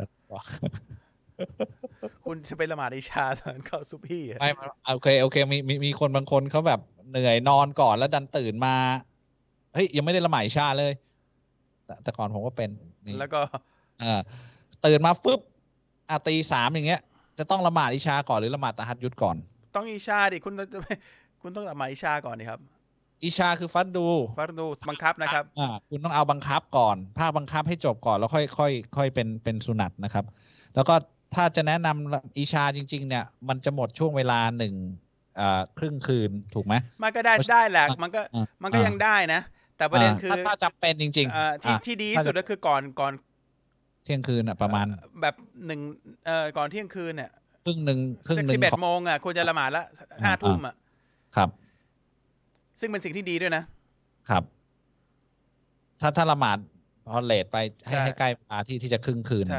คุณจะไปละหมาดอิชาตอนเข้าซุบฮี
ไม่โอเคมีคนบางคนเขาแบบเหนื่อยนอนก่อนแล้วดันตื่นมาเฮ้ยยังไม่ได้ละหมาดอิชาเลยแต่ก่อนผมก็เป็น
แล้วก็
ตื่นมาฟึบตี 3อย่างเงี้ยจะต้องละหมาดอิชาก่อนหรือละหมาดตะฮัดยุดก่อน
ต้องอิชาดิคุณต้องละหมาดอิชาก่อนนี่ครับ
อิชาคือฟัดดู
บังคับนะครับ
คุณต้องเอาบังคับก่อนภาคบังคับให้จบก่อนแล้วค่อยเป็นสุนัตนะครับแล้วก็ถ้าจะแนะนำอิชาจริงๆเนี่ยมันจะหมดช่วงเวลาครึ่งคืนถูกไหม
มันก็ได้แหละมันก็ยังได้นะแต่ประเด็นคือ
ถ้าจำเป็นจริง
ๆที่ดีที่สุดก็คือก่อน
เที่ยงคืนประมาณ
แบบก่อนเที่ยงคืนเนี่ย
ครึ่งหนึ่ง
11 โมงควรจะละหมาดละ5 ทุ่ม
ครับ
ซึ่งเป็นสิ่งที่ดีด้วย
นะครับถ้าละหมาดพอเลทไปให้ใกล้มาที่จะครึ่งคืน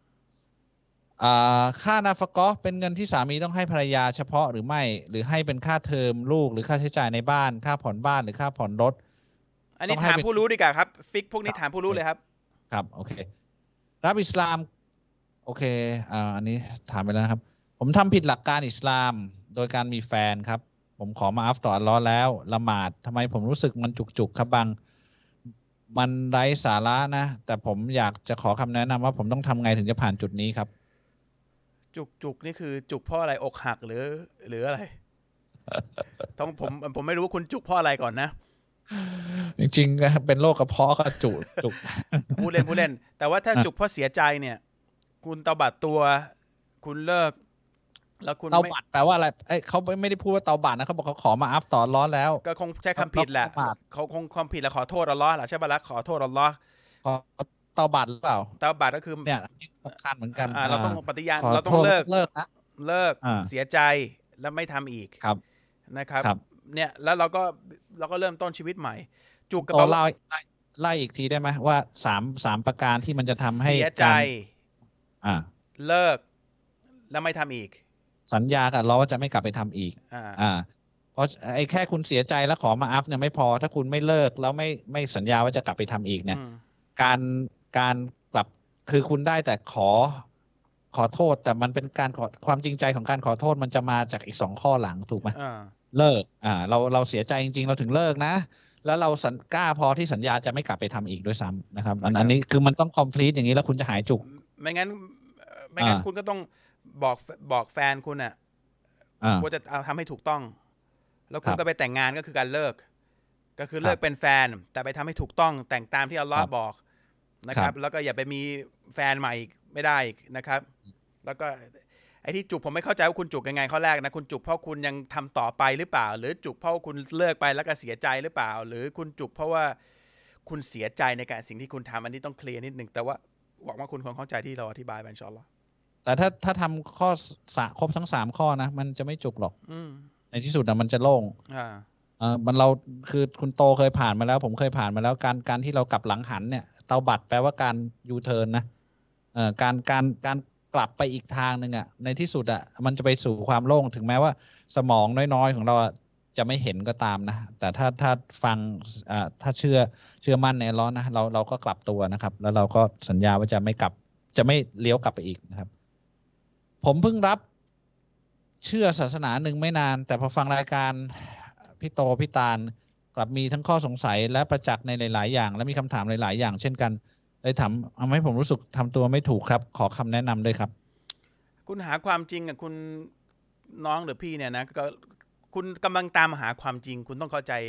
ค่านาฟะกะห์เป็นเงินที่สามีต้องให้ภรรยาเฉพาะหรือไม่หรือให้เป็นค่าเทอมลูกหรือค่าใช้จ่ายในบ้านค่าผ่อนบ้านหรือค่าผ่อนรถ
อันนี้ถามผู้รู้ดีกว่าครับฟิกพวกนี้ถามผู้รู้เลยครับ
โอเครับอิสลามโอเคอันนี้ถามไปแล้วนะครับผมทำผิดหลักการอิสลามโดยการมีแฟนครับผมขอมาอัฟต่ออัลเลาะห์แล้วละหมาดทำไมผมรู้สึกมันจุกครับบางมันไร้สาระนะแต่ผมอยากจะขอคำแนะนำว่าผมต้องทำไงถึงจะผ่านจุดนี้ครับ
จุกนี่คือจุกเพราะอะไรอกหักหรืออะไรต้องผมไม่รู้ว่าคุณจุกเพราะอะไรก่อนนะ
จริงๆเป็นโรคกระเพาะก็จุก
พูดเล่นแต่ว่าถ้าจุกเพราะเสียใจเนี่ยคุณเตาบัดตัวคุณเลิกแล้วคุณ
เตาบัดแปลว่าอะไรเขาไม่ได้พูดว่าเตาบัดนะเขาบอกเขาขอมาอัฟต่อร้อนแล้ว
ก็คงใช้คำผิดแหละเขาคงความผิดแล้วขอโทษอัลเลาะห์แหละใช่ป่ะล่ะขอโทษอัลเลาะห์
เตาบัดหรือเปล่า
เตาบัดก็คือ
เนี่ยสำคัญเหมือนกัน
เราต้องปฏิญาณเราต้องเลิก
นะ
เสียใจแล้วไม่ทำอีกนะครับเนี่ยแล้วเราก็เริ่มต้นชีวิตใหม่จุกกับ
เราไล่อีกทีได้ไหมว่า3ประการที่มันจะทำให้
เสียใจเลิกแล้วไม่ทำอีก
สัญญากับเราว่าจะไม่กลับไปทำอีกเพราะแค่คุณเสียใจแล้วขอมาอัพเนี่ยไม่พอถ้าคุณไม่เลิกแล้วไม่สัญญาว่าจะกลับไปทำอีกเนี่ยการกลับคือคุณได้แต่ขอโทษแต่มันเป็นการความจริงใจของการขอโทษมันจะมาจากอีก2ข้อหลังถูกไหมเลิกเราเสียใจจริงๆเราถึงเลิกนะแล้วเรากล้าพอที่สัญญาจะไม่กลับไปทำอีกด้วยซ้ำนะครับอันนี้คือมันต้อง complete อย่างนี้แล้วคุณจะหายจุก
ไม่งั้นคุณก็ต้องบอกแฟนคุณว่าจะเอาทำให้ถูกต้องแล้วคุณก็ไปแต่งงานก็คือการเลิกก็คือเลิกเป็นแฟนแต่ไปทำให้ถูกต้องแต่งตามที่อัลเลาะห์บอกนะครับแล้วก็อย่าไปมีแฟนใหม่ไม่ได้นะครับแล้วก็ไอ้ที่จุกผมไม่เข้าใจว่าคุณจุกยังไงข้อแรกนะคุณจุกเพราะคุณยังทำต่อไปหรือเปล่าหรือจุกเพราะคุณเลิกไปแล้วก็เสียใจหรือเปล่าหรือคุณจุกเพราะว่าคุณเสียใจในการสิ่งที่คุณทำอันนี้ต้องเคลียร์นิดนึงแต่ว่าหวังว่าคุณคงเข้าใจที่เราอธิบายไปอินชาอัลลอฮ์
แต่ถ้าทำข้อครบทั้ง3ข้อนะมันจะไม่จุกหรอกในที่สุดมันจะโล่งมันเราคือคุณโตเคยผ่านมาแล้วผมเคยผ่านมาแล้วการที่เรากลับหลังหันเนี่ยเตาบัดแปลว่าการยูเทิร์นนะการกลับไปอีกทางนึงในที่สุดมันจะไปสู่ความโล่งถึงแม้ว่าสมองน้อยๆของเราจะไม่เห็นก็ตามนะแต่ถ้าฟังถ้าเชื่อมั่นในอัลเลาะห์นะเราก็กลับตัวนะครับแล้วเราก็สัญญาว่าจะไม่เลี้ยวกลับไปอีกนะครับผมเพิ่งรับเชื่อศาสนาหนึ่งไม่นานแต่พอฟังรายการพี่โตพี่ตาลกลับมีทั้งข้อสงสัยและประจักษ์ในหลายๆอย่างและมีคำถามหลายๆอย่างเช่นกันเลยทำให้ผมรู้สึกทำตัวไม่ถูกครับขอคำแนะนำด้วยครับ
คุณหาความจริงกับคุณน้องหรือพี่เนี่ยนะก็คุณกำลังตามหาความจริงคุณต้องเข้าใจ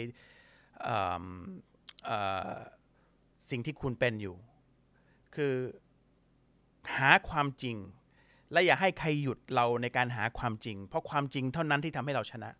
สิ่งที่คุณเป็นอยู่คือหาความจริงและอย่าให้ใครหยุดเราในการหาความจริงเพราะความจริงเท่านั้นที่ทำให้เราชนะ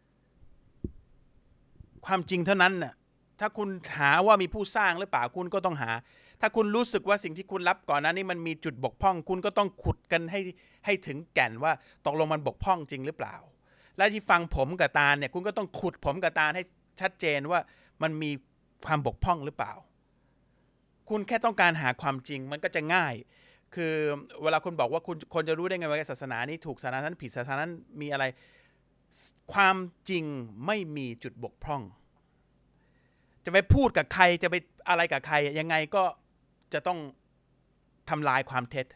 ความจริงเท่านั้นน่ะถ้าคุณหาว่ามีผู้สร้างหรือเปล่าคุณก็ต้องหาถ้าคุณรู้สึกว่าสิ่งที่คุณรับก่อนนั้นนี่มันมีจุดบกพร่องคุณก็ต้องขุดกันให้ถึงแก่นว่าตกลงมันบกพร่องจริงหรือเปล่าและที่ฟังผมกับตาเนี่ยคุณก็ต้องขุดผมกับตาให้ชัดเจนว่ามันมีความบกพร่องหรือเปล่าคุณแค่ต้องการหาความจริงมันก็จะง่ายคือเวลาคุณบอกว่าคนจะรู้ได้ไงว่าศาสนานี้ถูกศาสนานั้นผิดศาสนานั้นมีอะไรความจริงไม่มีจุดบกพร่องจะไปพูดกับใครจะไปอะไรกับใครยังไงก็จะต้องทำลายความเท็จ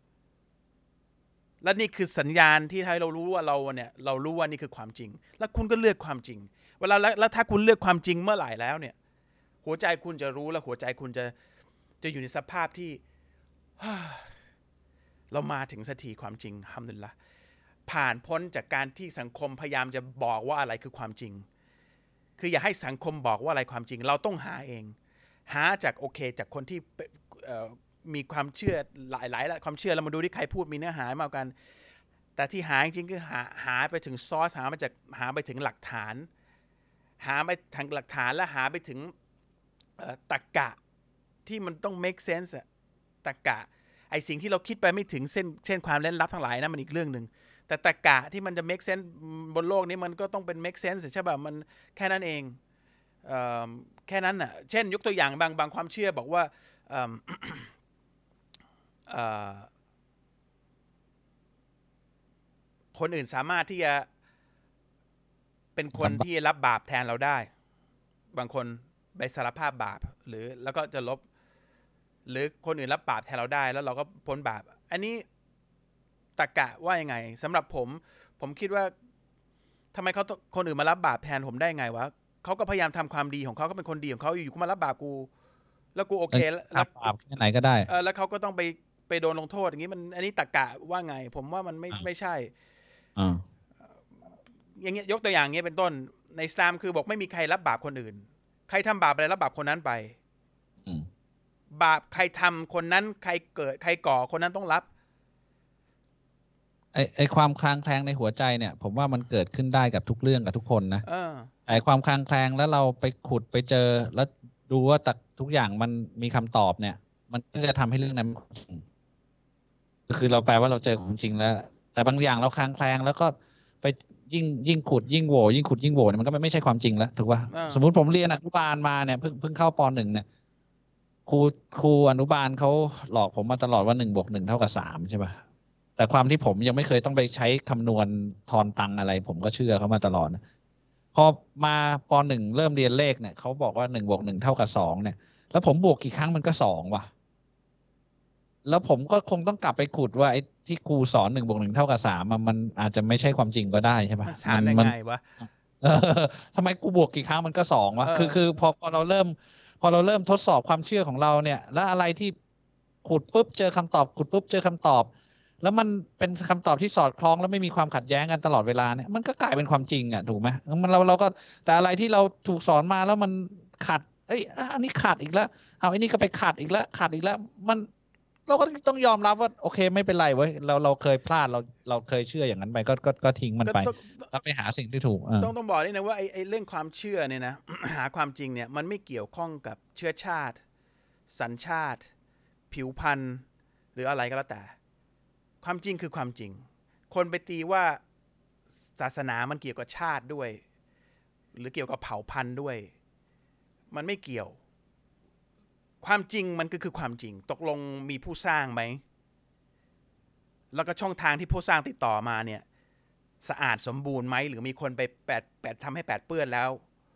และนี่คือสัญญาณที่ให้เรารู้ว่าเรารู้ว่านี่คือความจริงแล้วคุณก็เลือกความจริงเวลาแล้วถ้าคุณเลือกความจริงเมื่อไหร่แล้วเนี่ยหัวใจคุณจะรู้และหัวใจคุณจะอยู่ในสภาพที่เรามาถึงสักทีความจริงอัลฮัมดุลิลละห์ผ่านพ้นจากการที่สังคมพยายามจะบอกว่าอะไรคือความจริงคืออย่าให้สังคมบอกว่าอะไรความจริงเราต้องหาเองหาจากโอเคจากคนที่มีความเชื่อหลายความเชื่อเรามาดูที่ใครพูดมีเนื้อหามากกันแต่ที่หาจริงๆคือหาไปถึงซอสหาไปถึงหลักฐานหาไปทางหลักฐานและหาไปถึงตรรกะที่มันต้อง make sense ตรรกะไอสิ่งที่เราคิดไปไม่ถึงเช่นความเล่นลับทั้งหลายนะมันอีกเรื่องนึงแต่ตรรกะที่มันจะ make sense บนโลกนี้มันก็ต้องเป็น make sense ใช่ป่ะมันแค่นั้นเองแค่นั้นน่ะเช่นยกตัวอย่างบางความเชื่อบอกว่าคนอื่นสามารถที่จะเป็นคนที่รับบาปแทนเราได้บางคนไปสารภาพบาปหรือแล้วก็จะลบหรือคนอื่นรับบาปแทนเราได้แล้วเราก็พ้นบาปอันนี้ตรรกะว่ายังไงสำหรับผมคิดว่าทำไมเขาคนอื่นมารับบาปแทนผมได้ไงวะเขาก็พยายามทำความดีของเขาก็เป็นคนดีของเขาอยู่ก็มารับบาปกูแล้วกูโอเคแล้ว
บาปแค่ไหนก็ได้
แล้วเขาก็ต้องไปโดนลงโทษอย่างนี้มันอันนี้ตรรกะว่าไงผมว่ามันไม่ใช่อย่างเงี้ยยกตัวอย่างเงี้ยเป็นต้นในอิสลามคือบอกไม่มีใครรับบาปคนอื่นใครทำบาปอะไรรับบาปคนนั้นไปบาปใครทำคนนั้นใครเกิดใครก่อคนนั้นต้องรับ
ไอความคลางแคลงในหัวใจเนี่ยผมว่ามันเกิดขึ้นได้กับทุกเรื่องกับทุกคนนะไอความคลางแคลงแล้วเราไปขุดไปเจอแล้วดูว่าทุกอย่างมันมีคำตอบเนี่ยมันก็จะทำให้เรื่องนั้นจริงคือเราแปลว่าเราเจอของจริงแล้วแต่บางอย่างเราคลางแคลงแล้วก็ไปยิ่งขุดยิ่งโหว่ยิ่งขุดยิ่งโหว่มันก็ไม่ใช่ความจริงแล้วถูกป่ะสมมุติผมเรียนอนุบาลมาเนี่ยเพิ่งเข้าป .1 เนี่ยครูอนุบาลเขาหลอกผมมาตลอดว่า1 + 1 เท่ากับ 3ใช่ป่ะแต่ความที่ผมยังไม่เคยต้องไปใช้คำนวณทอนตังอะไรผมก็เชื่อเขามาตลอดนะพอมาป .1 เริ่มเรียนเลขเนี่ยเขาบอกว่า1 + 1 เท่ากับ 2เนี่ยแล้วผมบวกกี่ครั้งมันก็2ว่ะแล้วผมก็คงต้องกลับไปขุดว่าไอ้ที่ครูสอน1 + 1 เท่ากับ 3มันอาจจะไม่ใช่ความจริงก็ได้ใช่ป่ะ
มันไงวะ
ทำไมกูบวกกี่ครั้งมันก็2วะคือพอเราเริ่มทดสอบความเชื่อของเราเนี่ยแล้วอะไรที่ขุดปุ๊บเจอคำตอบขุดปุ๊บเจอคำตอบแล้วมันเป็นคำตอบที่สอดคล้องแล้วไม่มีความขัดแย้งกันตลอดเวลาเนี่ยมันก็กลายเป็นความจริงอ่ะถูกไหมเราก็แต่อะไรที่เราถูกสอนมาแล้วมันขัดอันนี้ขัดอีกแล้วเอาไอ้นี่ก็ไปขัดอีกแล้วมันเราก็ต้องยอมรับว่าโอเคไม่เป็นไรเว้ยเราเคยพลาดเราเคยเชื่ออย่างนั้นไปก็ทิ้งมันไปแล้วไปหาสิ่งที่ถูก
ต้องบอกนิดนึงว่าไอ้เรื่องความเชื่อเนี่ยนะ หาความจริงเนี่ยมันไม่เกี่ยวข้องกับเชื้อชาติสัญชาติผิวพรรณหรืออะไรก็แล้วแต่ความจริงคือความจริงคนไปตีว่าศาสนามันเกี่ยวกับชาติด้วยหรือเกี่ยวกับเผ่าพันธุ์ด้วยมันไม่เกี่ยวความจริงมันก็คือความจริงตกลงมีผู้สร้างไหมแล้วก็ช่องทางที่ผู้สร้างติดต่อมาเนี่ยสะอาดสมบูรณ์ไหมหรือมีคนไปแปดทำให้แปดเปื้อนแล้ว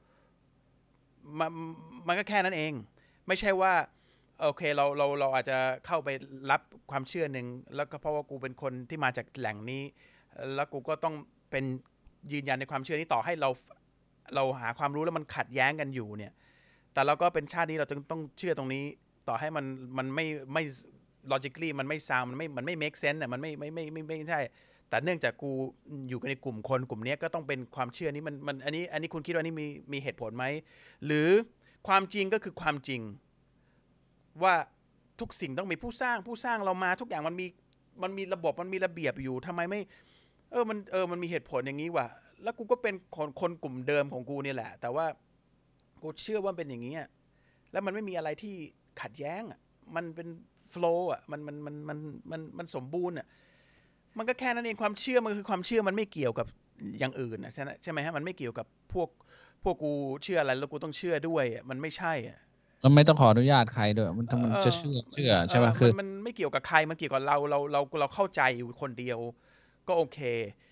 มันก็แค่นั้นเองไม่ใช่ว่าโอเคเราอาจจะเข้าไปรับความเชื่อหนึ่งแล้วก็เพราะว่ากูเป็นคนที่มาจากแหล่งนี้แล้วกูก็ต้องเป็นยืนยันในความเชื่อนี้ต่อให้เราหาความรู้แล้วมันขัดแย้งกันอยู่เนี่ยแต่เราก็เป็นชาตินี้เราจึงต้องเชื่อตรงนี้ต่อให้มันไม่ logically มันไม่ sound มันไม่ make sense น่ะมันไม่ใช่แต่เนื่องจากกูอยู่ในกลุ่มคนกลุ่มนี้ก็ต้องเป็นความเชื่อนี้มันอันนี้คุณคิดว่านี่มีเหตุผลไหมหรือความจริงก็คือความจริงว่าทุกสิ่งต้องมีผู้สร้างเรามาทุกอย่างมันมีระบบมันมีระเบียบอยู่ทำไมไม่มันมีเหตุผลอย่างนี้ว่ะแล้วกูก็เป็นคนกลุ่มเดิมของกูนี่แหละแต่ว่ากูเชื่อว่าเป็นอย่างนี้แล้วมันไม่มีอะไรที่ขัดแย้งมันเป็นโฟลว์มันสมบูรณ์มันก็แค่นั้นเองความเชื่อมันคือความเชื่อมันไม่เกี่ยวกับอย่างอื่นใช่ไหมฮะมันไม่เกี่ยวกับพวกกูเชื่ออะไรแล้วกูต้องเชื่อด้วยมันไม่ใช่
มันไม่ต้องขออนุญาตใครด้วยมันจะเชื่อใช่ไหมคือ
มันไม่เกี่ยวกับใครมันเกี่ยวกับเราเข้าใจอยู่คนเดียวก็โอเค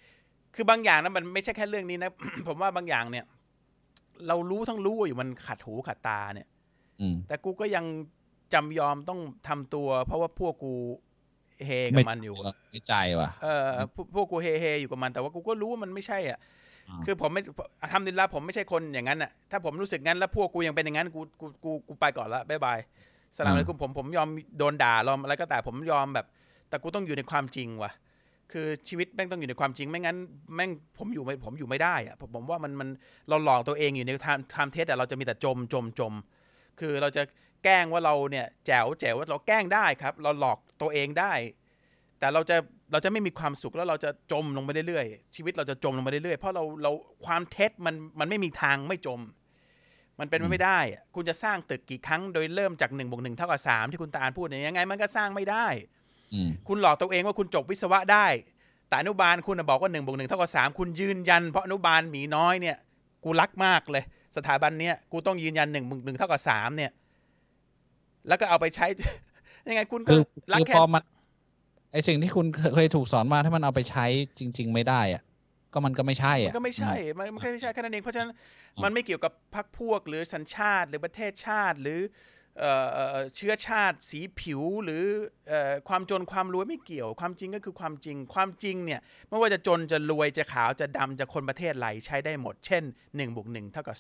คือบางอย่างนะมันไม่ใช่แค่เรื่องนี้นะ ผมว่าบางอย่างเนี่ย เรารู้ทั้งรู้อยู่มันขัดหูขัดตาเนี่ยแต่กูก็ยังจำยอมต้องทำตัว เพราะว่าพวกกูเฮกับมันอยู่
ไม่ใจว่ะ
พวกกูเฮอยู่กับมันแต่ว่ากูก็รู้ว่ามันไม่ใช่อ่ะคือผมไม่ทำดินละผมไม่ใช่คนอย่างนั้นอ่ะถ้าผมรู้สึกงั้นแล้วพวกกูยังเป็นอย่างนั้นกูไปก่อนละบ๊ายบายสลามอะลัยกุมผมยอมโดนด่ายอมอะไรก็แต่ผมยอมแบบแต่กูต้องอยู่ในความจริงว่ะคือชีวิตแม่งต้องอยู่ในความจริงไม่งั้นแม่งผมอยู่ไม่ได้อะผมว่ามันเราหลอกตัวเองอยู่ในไทม์เทสแต่เราจะมีแต่จมคือเราจะแกล้งว่าเราเนี่ยแจ๋วว่าเราแกล้งได้ครับเราหลอกตัวเองได้แต่เราจะไม่มีความสุขแล้วเราจะจมลงไปเรื่อยๆชีวิตเราจะจมลงไปเรื่อยๆเพราะเราความเท็จมันไม่มีทางไม่จมมันเป็นไม่ได้คุณจะสร้างตึกกี่ครั้งโดยเริ่มจาก1+1 เท่ากับ 3ที่คุณตาลพูดยังไงมันก็สร้างไม่ได้คุณหลอกตัวเองว่าคุณจบวิศวะได้แต่อนุบาลคุณบอกว่า1+1 เท่ากับ 3คุณยืนยันเพราะอนุบาลหมีน้อยเนี่ยกูรักมากเลยสถาบันเนี้ยกูต้องยืนยัน1+1 เท่ากับ 3เนี่ยแล้วก็เอาไปใช้ยังไงคุณก็รักแค่
พอมันไอสิ่งที่คุณเคยถูกสอนมาถ้ามันเอาไปใช้จริงๆไม่ได้อะก็มันก็ไม่ใช่
มันก็ไม่ใช่มันก็ไม่ใช่แค่นั้นเองเพราะฉะนั้นมันไม่เกี่ยวกับพรรคพวกหรือสัญชาติหรือประเทศชาติหรือเชื้อชาติสีผิวหรือความจนความรวยไม่เกี่ยวความจริงก็คือความจริงเนี่ยไม่ว่าจะจนจะรวยจะขาวจะดำจะคนประเทศไหนใช้ได้หมดเช่น1+1 เท่ากับ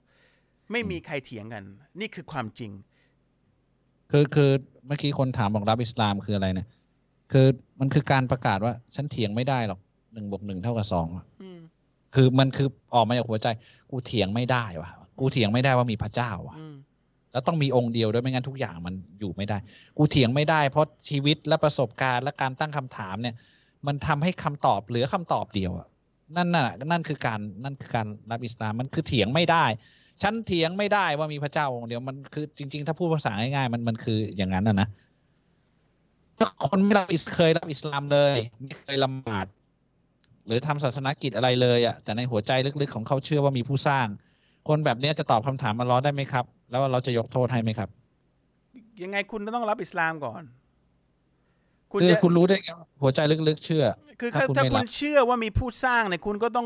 2ไม่มีใครเถียงกันนี่คือความจริง
คือเมื่อกี้คนถามบอกรับอิสลามคืออะไรเนี่ยคือมันคือการประกาศว่าฉันเถียงไม่ได้หรอก1+1 เท่ากับ 2คือมันคือออกมาจากหัวใจกูเถียงไม่ได้ว่ะกูเถียงไม่ได้ว่ามีพระเจ้าว่ะแล้วต้องมีองค์เดียวด้วยไม่งั้นทุกอย่างมันอยู่ไม่ได้กูเถียงไม่ได้เพราะชีวิตและประสบการณ์และการตั้งคำถามเนี่ยมันทำให้คำตอบเหลือคำตอบเดียวอ่ะนั่นคือการรับอิสลามมันคือเถียงไม่ได้ฉันเถียงไม่ได้ว่ามีพระเจ้าองค์เดียวมันคือจริงๆถ้าพูดภาษาง่ายๆมันคืออย่างนั้นนะถ้าคนไม่เคยรับอิสลามเลยไม่เคยละหมาดหรือทำศาสนกิจอะไรเลยอ่ะแต่ในหัวใจลึกๆของเขาเชื่อว่ามีผู้สร้างคนแบบนี้จะตอบคำถามอัลเลาะห์ได้ไหมครับแล้วเราจะยกโทษให้ไหมครับ
ยังไงคุณต้องรับอิสลามก่อน
คุณรู้ได้ไงหัวใจลึกๆเชื่อ
คือถ้าคุณเชื่อว่ามีผู้สร้างเนี่ยคุณก็ต้อง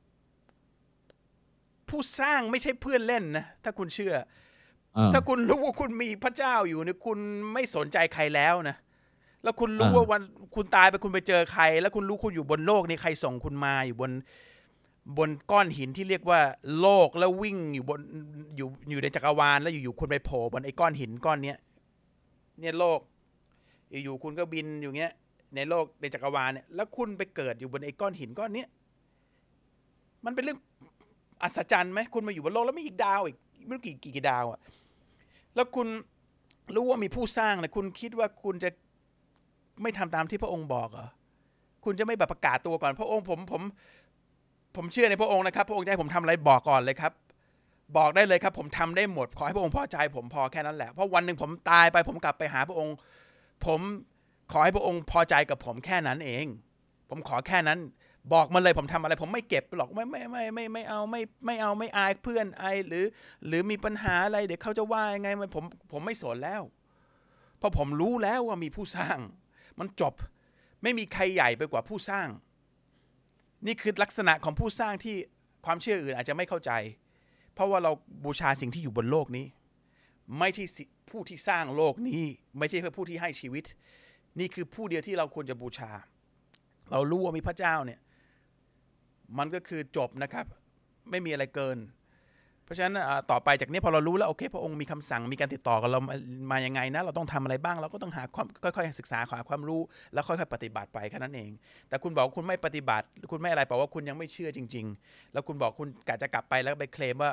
ผู้สร้างไม่ใช่เพื่อนเล่นนะถ้าคุณเชื่อถ้าคุณรู้ว่าคุณมีพระเจ้าอยู่เนี่ยคุณไม่สนใจใครแล้วนะแล้วคุณรู้ว่าวันคุณตายไปคุณไปเจอใครแล้วคุณรู้คุณอยู่บนโลกนี้ใครส่งคุณมาอยู่บนก้อนหินที่เรียกว่าโลกแล้ววิ่งอยู่ในจักรวาลแล้วอยู่ๆคุณไปโผล่บนไอ้ก้อนหินก้อนนี้เนี่ยโลกอยู่ๆคุณก็บินอยู่เงี้ยในโลกในจักรวาลเนี่ยแล้วคุณไปเกิดอยู่บนไอ้ก้อนหินก้อนนี้มันเป็นเรื่องอัศจรรย์ไหมคุณมาอยู่บนโลกแล้วมีอีกดาวอีกไม่รู้กี่ดาวอ่ะแล้วคุณรู้ว่ามีผู้สร้างเนี่ยคุณคิดว่าคุณจะไม่ทำตามที่พระองค์บอกเหรอคุณจะไม่แบบประกาศตัวก่อนพระองค์ผมเชื่อในพระองค์นะครับพระองค์จะให้ผมทำอะไรบอกก่อนเลยครับบอกได้เลยครับผมทำได้หมดขอให้พระองค์พอใจผมพอแค่นั้นแหละเพราะวันหนึ่งผมตายไปผมกลับไปหาพระองค์ผมขอให้พระองค์พอใจกับผมแค่นั้นเองผมขอแค่นั้นบอกมาเลยผมทำอะไรผมไม่เก็บหรอกไม่เอาไม่อายเพื่อนอายหรือมีปัญหาอะไรเดี๋ยวเขาจะว่ายังไงผมไม่สนแล้วเพราะผมรู้แล้วว่ามีผู้สร้างมันจบไม่มีใครใหญ่ไปกว่าผู้สร้างนี่คือลักษณะของผู้สร้างที่ความเชื่ออื่นอาจจะไม่เข้าใจเพราะว่าเราบูชาสิ่งที่อยู่บนโลกนี้ไม่ใช่ผู้ที่สร้างโลกนี้ไม่ใช่ผู้ที่ให้ชีวิตนี่คือผู้เดียวที่เราควรจะบูชาเรารู้ว่ามีพระเจ้าเนี่ยมันก็คือจบนะครับไม่มีอะไรเกินเพราะฉะนั้นต่อไปจากนี้พอเรารู้แล้วโอเคพระองค์มีคำสั่งมีการติดต่อกับเรามายังไงนะเราต้องทำอะไรบ้างเราก็ต้องหาค่อยๆศึกษาหาความรู้แล้วค่อยๆปฏิบัติไปแค่นั้นเองแต่คุณบอกคุณไม่ปฏิบัติคุณไม่อะไรแปลว่าคุณยังไม่เชื่อจริงๆแล้วคุณบอกคุณกะจะกลับไปแล้วไปเคลมว่า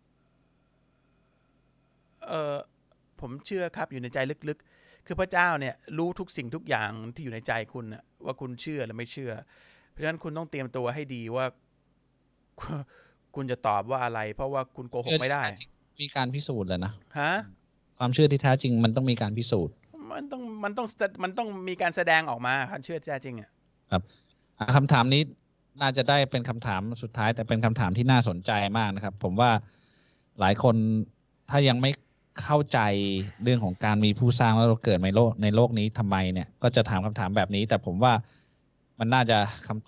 ผมเชื่อครับอยู่ในใจลึกๆคือพระเจ้าเนี่ยรู้ทุกสิ่งทุกอย่างที่อยู่ในใจคุณนะว่าคุณเชื่อหรือไม่เชื่อเพราะฉะนั้นคุณต้องเตรียมตัวให้ดีว่าคุณจะตอบว่าอะไรเพราะว่าคุณโกหกไม่ได้
มีการพิสูจน์เลยนะ
ฮะ
ความเชื่อที่แท้จริงมันต้องมีการพิสูจน์
มันต้องมีการแสดงออกมาความเชื่อที่แท้จริง
ครับคำถามนี้น่าจะได้เป็นคำถามสุดท้ายแต่เป็นคำถามที่น่าสนใจมากนะครับผมว่าหลายคนถ้ายังไม่เข้าใจเรื่องของการมีผู้สร้างแล้วเราเกิดในโลกนี้ทำไมเนี่ยก็จะถามคำถามแบบนี้แต่ผมว่ามันน่าจะคำตอบ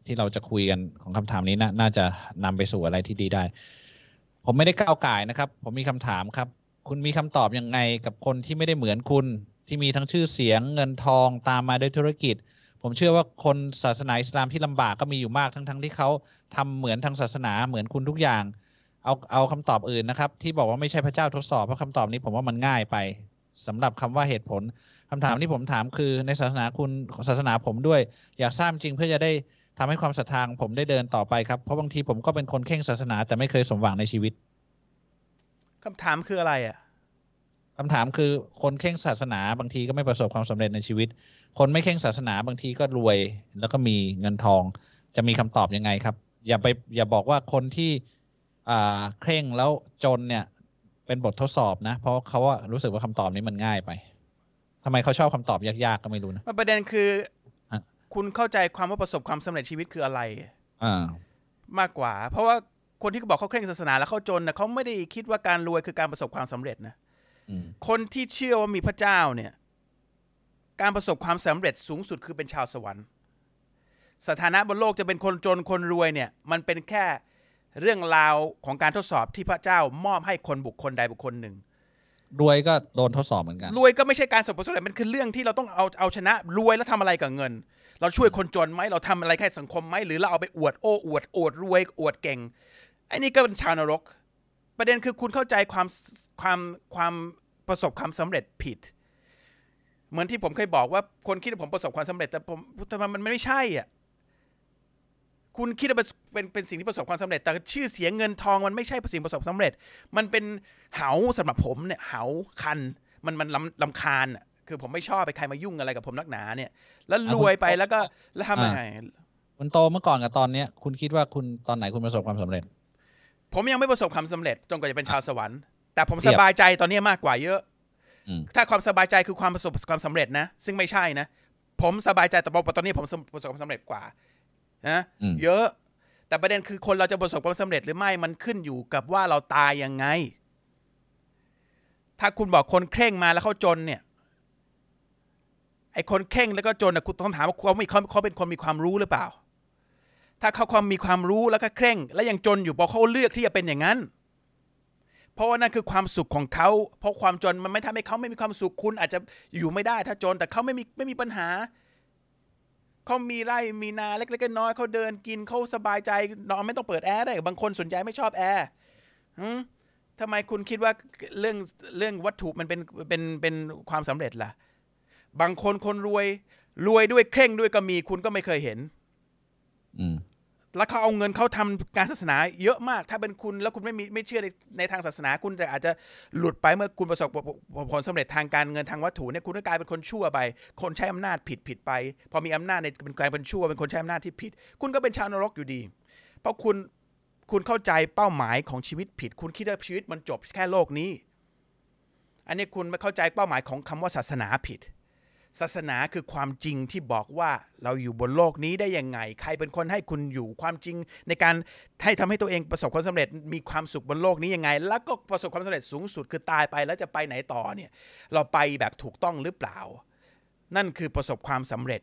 ที่เราจะคุยกันของคำถามนี้น่าจะนำไปสู่อะไรที่ดีได้ผมไม่ได้ก้าวก่ายนะครับผมมีคำถามครับคุณมีคำตอบยังไงกับคนที่ไม่ได้เหมือนคุณที่มีทั้งชื่อเสียงเงินทองตามมาด้วยธุรกิจผมเชื่อว่าคนศาสนาอิสลามที่ลำบากก็มีอยู่มากทั้งที่เขาทำเหมือนทางศาสนาเหมือนคุณทุกอย่างเอาคำตอบอื่นนะครับที่บอกว่าไม่ใช่พระเจ้าทดสอบเพราะคำตอบนี้ผมว่ามันง่ายไปสำหรับคำว่าเหตุผลคำถามที่ผมถามคือในศาสนาคุณศาสนาผมด้วยอยากทราบจริงเพื่อจะได้ทำให้ความศรัทธาของผมได้เดินต่อไปครับเพราะบางทีผมก็เป็นคนเข่งศาสนาแต่ไม่เคยสมหวังในชีวิต
คำถามคืออะไรอ่ะ
คำถามคือคนเข่งศาสนาบางทีก็ไม่ประสบความสำเร็จในชีวิตคนไม่เข่งศาสนาบางทีก็รวยแล้วก็มีเงินทองจะมีคำตอบยังไงครับอย่าบอกว่าคนที่เคร่งแล้วจนเนี่ยเป็นบททดสอบนะเพราะเขาว่ารู้สึกว่าคำตอบนี้มันง่ายไปทำไมเขาชอบคำตอบยากๆก็ไม่รู้นะ
ประเด็นคือคุณเข้าใจความว่าประสบความสำเร็จชีวิตคืออะไรมากกว่าเพราะว่าคนที่เขาบอกเขาเคร่งศาสนาแล้วเขาจนนะเขาไม่ได้คิดว่าการรวยคือการประสบความสำเร็จนะคนที่เชื่อว่ามีพระเจ้าเนี่ยการประสบความสำเร็จสูงสุดคือเป็นชาวสวรรค์สถานะบนโลกจะเป็นคนจนคนรวยเนี่ยมันเป็นแค่เรื่องราวของการทดสอบที่พระเจ้ามอบให้คนบุคคลใดบุคคลหนึ่ง
รวยก็โดนทดสอบเหมือนกัน
รวยก็ไม่ใช่การประสบความสำเร็จมันคือเรื่องที่เราต้องเอาชนะรวยแล้วทำอะไรกับเงินเราช่วยคนจนไหมเราทำอะไรให้สังคมไหมหรือเราเอาไปอวดอวดรวยอวดเก่งไอ้นี่ก็เป็นชาวนรกประเด็นคือคุณเข้าใจความประสบความสำเร็จผิดเหมือนที่ผมเคยบอกว่าคนคิดว่าผมประสบความสำเร็จแต่มันไม่ใช่อ่ะคุณคิดว่าเป็นสิ่งที่ประสบความสำเร็จแต่ชื่อเสียงเงินทองมันไม่ใช่สิ่งประสบความสำเร็จมันเป็นเหาสำหรับผมเนี่ยเหาคันมันลำคาญอ่ะคือผมไม่ชอบไปใครมายุ่งอะไรกับผมนักหนาเนี่ยแล้วรวยไปแล้วทำยังไง
คุณโตเมื่อก่อนกับตอนเนี้ยคุณคิดว่าคุณตอนไหนคุณประสบความสำเร็จ
ผมยังไม่ประสบความสำเร็จจนกว่าจะเป็นชาวสวรรค์แต่ผมสบายใจตอนนี้มากกว่าเยอะถ้าความสบายใจคือความประสบความสำเร็จนะซึ่งไม่ใช่นะผมสบายใจแต่ตอนนี้ผมประสบความสำเร็จกว่านะเยอะแต่ประเด็นคือคนเราจะประสบความสำเร็จหรือไม่มันขึ้นอยู่กับว่าเราตายยังไงถ้าคุณบอกคนเคร่งมาแล้วเขาจนเนี่ยไอ้คนเคร่งแล้วก็จนนะคุณต้องถามว่าเขาเป็นคนมีความรู้หรือเปล่าถ้าเขาความมีความรู้แล้วก็เคร่งแล้วยังจนอยู่เพราะเขาเลือกที่จะเป็นอย่างนั้นเพราะว่านั่นคือความสุขของเขาเพราะความจนมันไม่ทำให้เขาไม่มีความสุขคุณอาจจะอยู่ไม่ได้ถ้าจนแต่เขาไม่มีปัญหาเขามีไร่มีนาเล็กๆน้อยเขาเดินกินเขาสบายใจนอนไม่ต้องเปิดแอร์ได้บางคนส่วนใหญ่ไม่ชอบแอร์ทำไมคุณคิดว่าเรื่องวัตถุมันเป็นความสำเร็จล่ะบางคนรวยด้วยเคร่งด้วยก็มีคุณก็ไม่เคยเห็นแล้วเขาเอาเงินเขาทำการศาสนาเยอะมากถ้าเป็นคุณแล้วคุณไม่เชื่อในทางศาสนาคุณแต่อาจจะหลุดไปเมื่อคุณประสบผลสำเร็จทางการเงินทางวัตถุเนี่ยคุณก็กลายเป็นคนชั่วไปคนใช้อำนาจผิดไปพอมีอำนาจในเป็นกลายเป็นชั่วเป็นคนใช้อำนาจที่ผิดคุณก็เป็นชาวนรกอยู่ดีเพราะคุณเข้าใจเป้าหมายของชีวิตผิดคุณคิดว่าชีวิตมันจบแค่โลกนี้อันนี้คุณไม่เข้าใจเป้าหมายของคำว่าศาสนาผิดศาสนาคือความจริงที่บอกว่าเราอยู่บนโลกนี้ได้ยังไงใครเป็นคนให้คุณอยู่ความจริงในการให้ทำให้ตัวเองประสบความสำเร็จมีความสุขบนโลกนี้ยังไงแล้วก็ประสบความสำเร็จสูงสุดคือตายไปแล้วจะไปไหนต่อเนี่ยเราไปแบบถูกต้องหรือเปล่านั่นคือประสบความสำเร็จ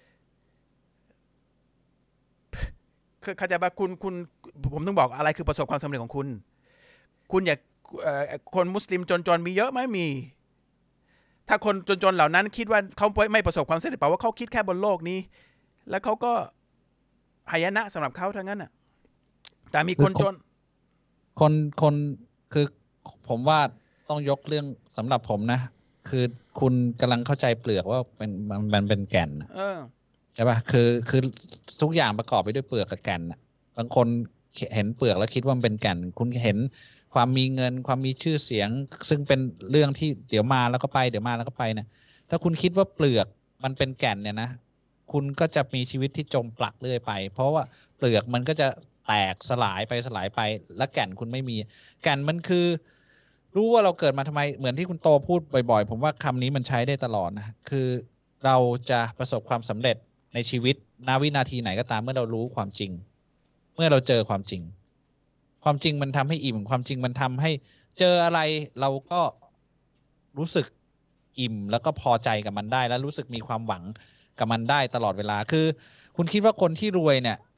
เข้าใจป่ะคุณผมต้องบอกอะไรคือประสบความสำเร็จของคุณอยากคนมุสลิมจนมีเยอะไหมมีถ้าคนจนๆเหล่านั้นคิดว่าเขาไม่ประสบความสำเร็จแปลว่าเขาคิดแค่บนโลกนี้แล้วเขาก็หายนะสำหรับเขาทั้งนั้นน่ะแต่มีคนจน
คนคือผมว่าต้องยกเรื่องสำหรับผมนะคือคุณกำลังเข้าใจเปลือกว่ามันเป็นแก่นใช่ป่ะคือทุกอย่างประกอบไปด้วยเปลือกกับแก่นบางคนเห็นเปลือกแล้วคิดว่ามันเป็นแก่นคุณเห็นความมีเงินความมีชื่อเสียงซึ่งเป็นเรื่องที่เดี๋ยวมาแล้วก็ไปเดี๋ยวมาแล้วก็ไปนะถ้าคุณคิดว่าเปลือกมันเป็นแก่นเนี่ยนะคุณก็จะมีชีวิตที่จมปลักเรื่อยไปเพราะว่าเปลือกมันก็จะแตกสลายไปและแก่นคุณไม่มีแก่นมันคือรู้ว่าเราเกิดมาทำไมเหมือนที่คุณโตพูดบ่อยๆผมว่าคำนี้มันใช้ได้ตลอดนะคือเราจะประสบความสำเร็จในชีวิตณวินาทีไหนก็ตามเมื่อเรารู้ความจริงเมื่อเราเจอความจริงมันทำให้อิ่มความจริงมันทำให้เจออะไรเราก็รู้สึกอิ่มแล้วก็พอใจกับมันได้แล้วรู้สึกมีความหวังกับมันได้ตลอดเวลาคือคุณคิดว่าคนที่รวยเนี่ย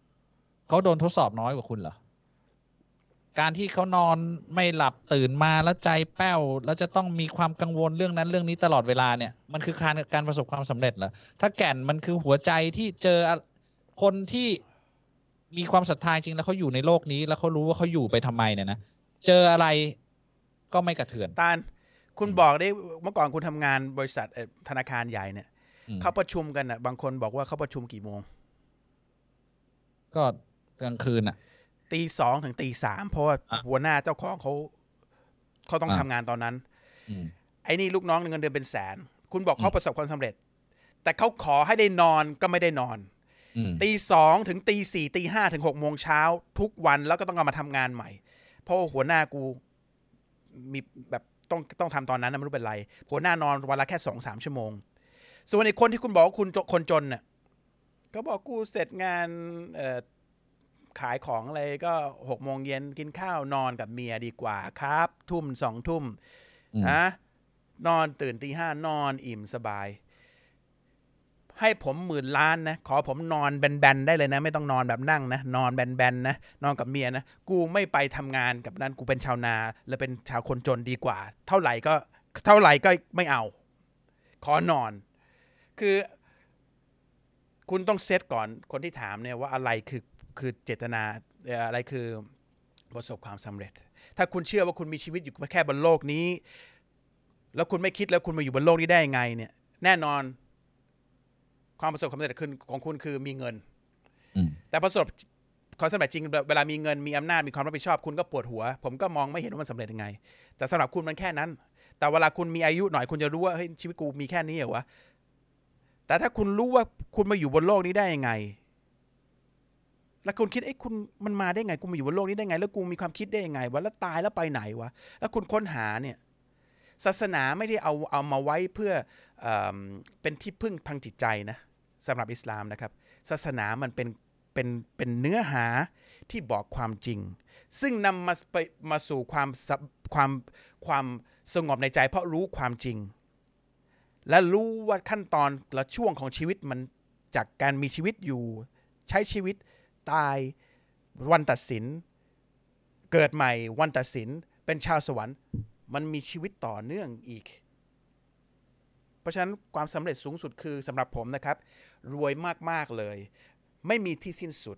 เขาโดนทดสอบน้อยกว่าคุณเหรอการที่เขานอนไม่หลับตื่นมาแล้วใจแป้วแล้วจะต้องมีความกังวลเรื่องนั้นเรื่องนี้ตลอดเวลาเนี่ยมันคือการประสบความสำเร็จเหรอถ้าแก่นมันคือหัวใจที่เจอคนที่มีความศรัทธาจริงแล้วเขาอยู่ในโลกนี้แล้วเขารู้ว่าเขาอยู่ไปทำไมเนี่ยนะเจออะไรก็ไม่กระเทือน
ตาลคุณบอกได้เมื่อก่อนคุณทำงานบริษัทธนาคารใหญ่เนี่ยเขาประชุมกันอ่ะบางคนบอกว่าเขาประชุมกี่โมง
ก็กลางคืนอ่ะ
2:00 ถึง 3:00เพราะว่าหัวหน้าเจ้าของเขาต้องทำงานตอนนั้นไอ้นี่ลูกน้องเงินเดือนเป็นแสนคุณบอกเขาประสบความสำเร็จแต่เขาขอให้ได้นอนก็ไม่ได้นอน2:00 ถึง 4:00 5:00 ถึง 6:00 เช้าทุกวันแล้วก็ต้องมาทำงานใหม่เพราะหัวหน้ากูมีแบบต้องทำตอนนั้นนะไม่รู้เป็นไรหัวหน้านอนวันละแค่ 2-3 ชั่วโมงส่วนไอ้คนที่คุณบอกว่าคุณคนจนน่ะก็บอกกูเสร็จงานขายของอะไรก็6 โมงเย็นกินข้าวนอนกับเมียดีกว่าครับทุ่ม 2 ทุ่มนะนอนตื่น 5:00 นอนอิ่มสบายให้ผม10,000 ล้านนะขอผมนอนแบนๆได้เลยนะไม่ต้องนอนแบบนั่งนะนอนแบนๆนะนอนกับเมียนะกูไม่ไปทำงานกับนั้นกูเป็นชาวนาและเป็นชาวคนจนดีกว่าเท่าไหร่ก็ไม่เอาขอนอนคือคุณต้องเซตก่อนคนที่ถามเนี่ยว่าอะไรคือเจตนาอะไรคือประสบความสำเร็จถ้าคุณเชื่อว่าคุณมีชีวิตอยู่แค่บนโลกนี้แล้วคุณไม่คิดแล้วคุณมาอยู่บนโลกนี้ได้ยังไงเนี่ยแน่นอนความประสบความสำเร็จของคุณคือมีเงินแต่ประสบความสำเร็จจริงเวลามีเงินมีอำนาจมีความรับผิดชอบคุณก็ปวดหัวผมก็มองไม่เห็นว่ามันสำเร็จยังไงแต่สำหรับคุณมันแค่นั้นแต่เวลาคุณมีอายุหน่อยคุณจะรู้ว่าเฮ้ยชีวิตกูมีแค่นี้เหรอวะแต่ถ้าคุณรู้ว่าคุณมาอยู่บนโลกนี้ได้ยังไงแล้วคุณคิดคุณมันมาได้ไงกูมาอยู่บนโลกนี้ได้ไงแล้วกูมีความคิดได้ยังไงวะแล้วตายแล้วไปไหนวะแล้วคุณค้นหาเนี่ยศาสนาไม่ได้เอามาไว้เพื่อเป็นที่พึ่งทางจิตใจนะสำหรับอิสลามนะครับศาสนามันเป็นเนื้อหาที่บอกความจริงซึ่งนำมาสู่ความสงบในใจเพราะรู้ความจริงและรู้ว่าขั้นตอนและช่วงของชีวิตมันจากการมีชีวิตอยู่ใช้ชีวิตตายวันตัดสินเกิดใหม่วันตัดสินเป็นชาวสวรรค์มันมีชีวิตต่อเนื่องอีกเพราะฉะนั้นความสำเร็จสูงสุดคือสำหรับผมนะครับรวยมากๆเลยไม่มีที่สิ้นสุด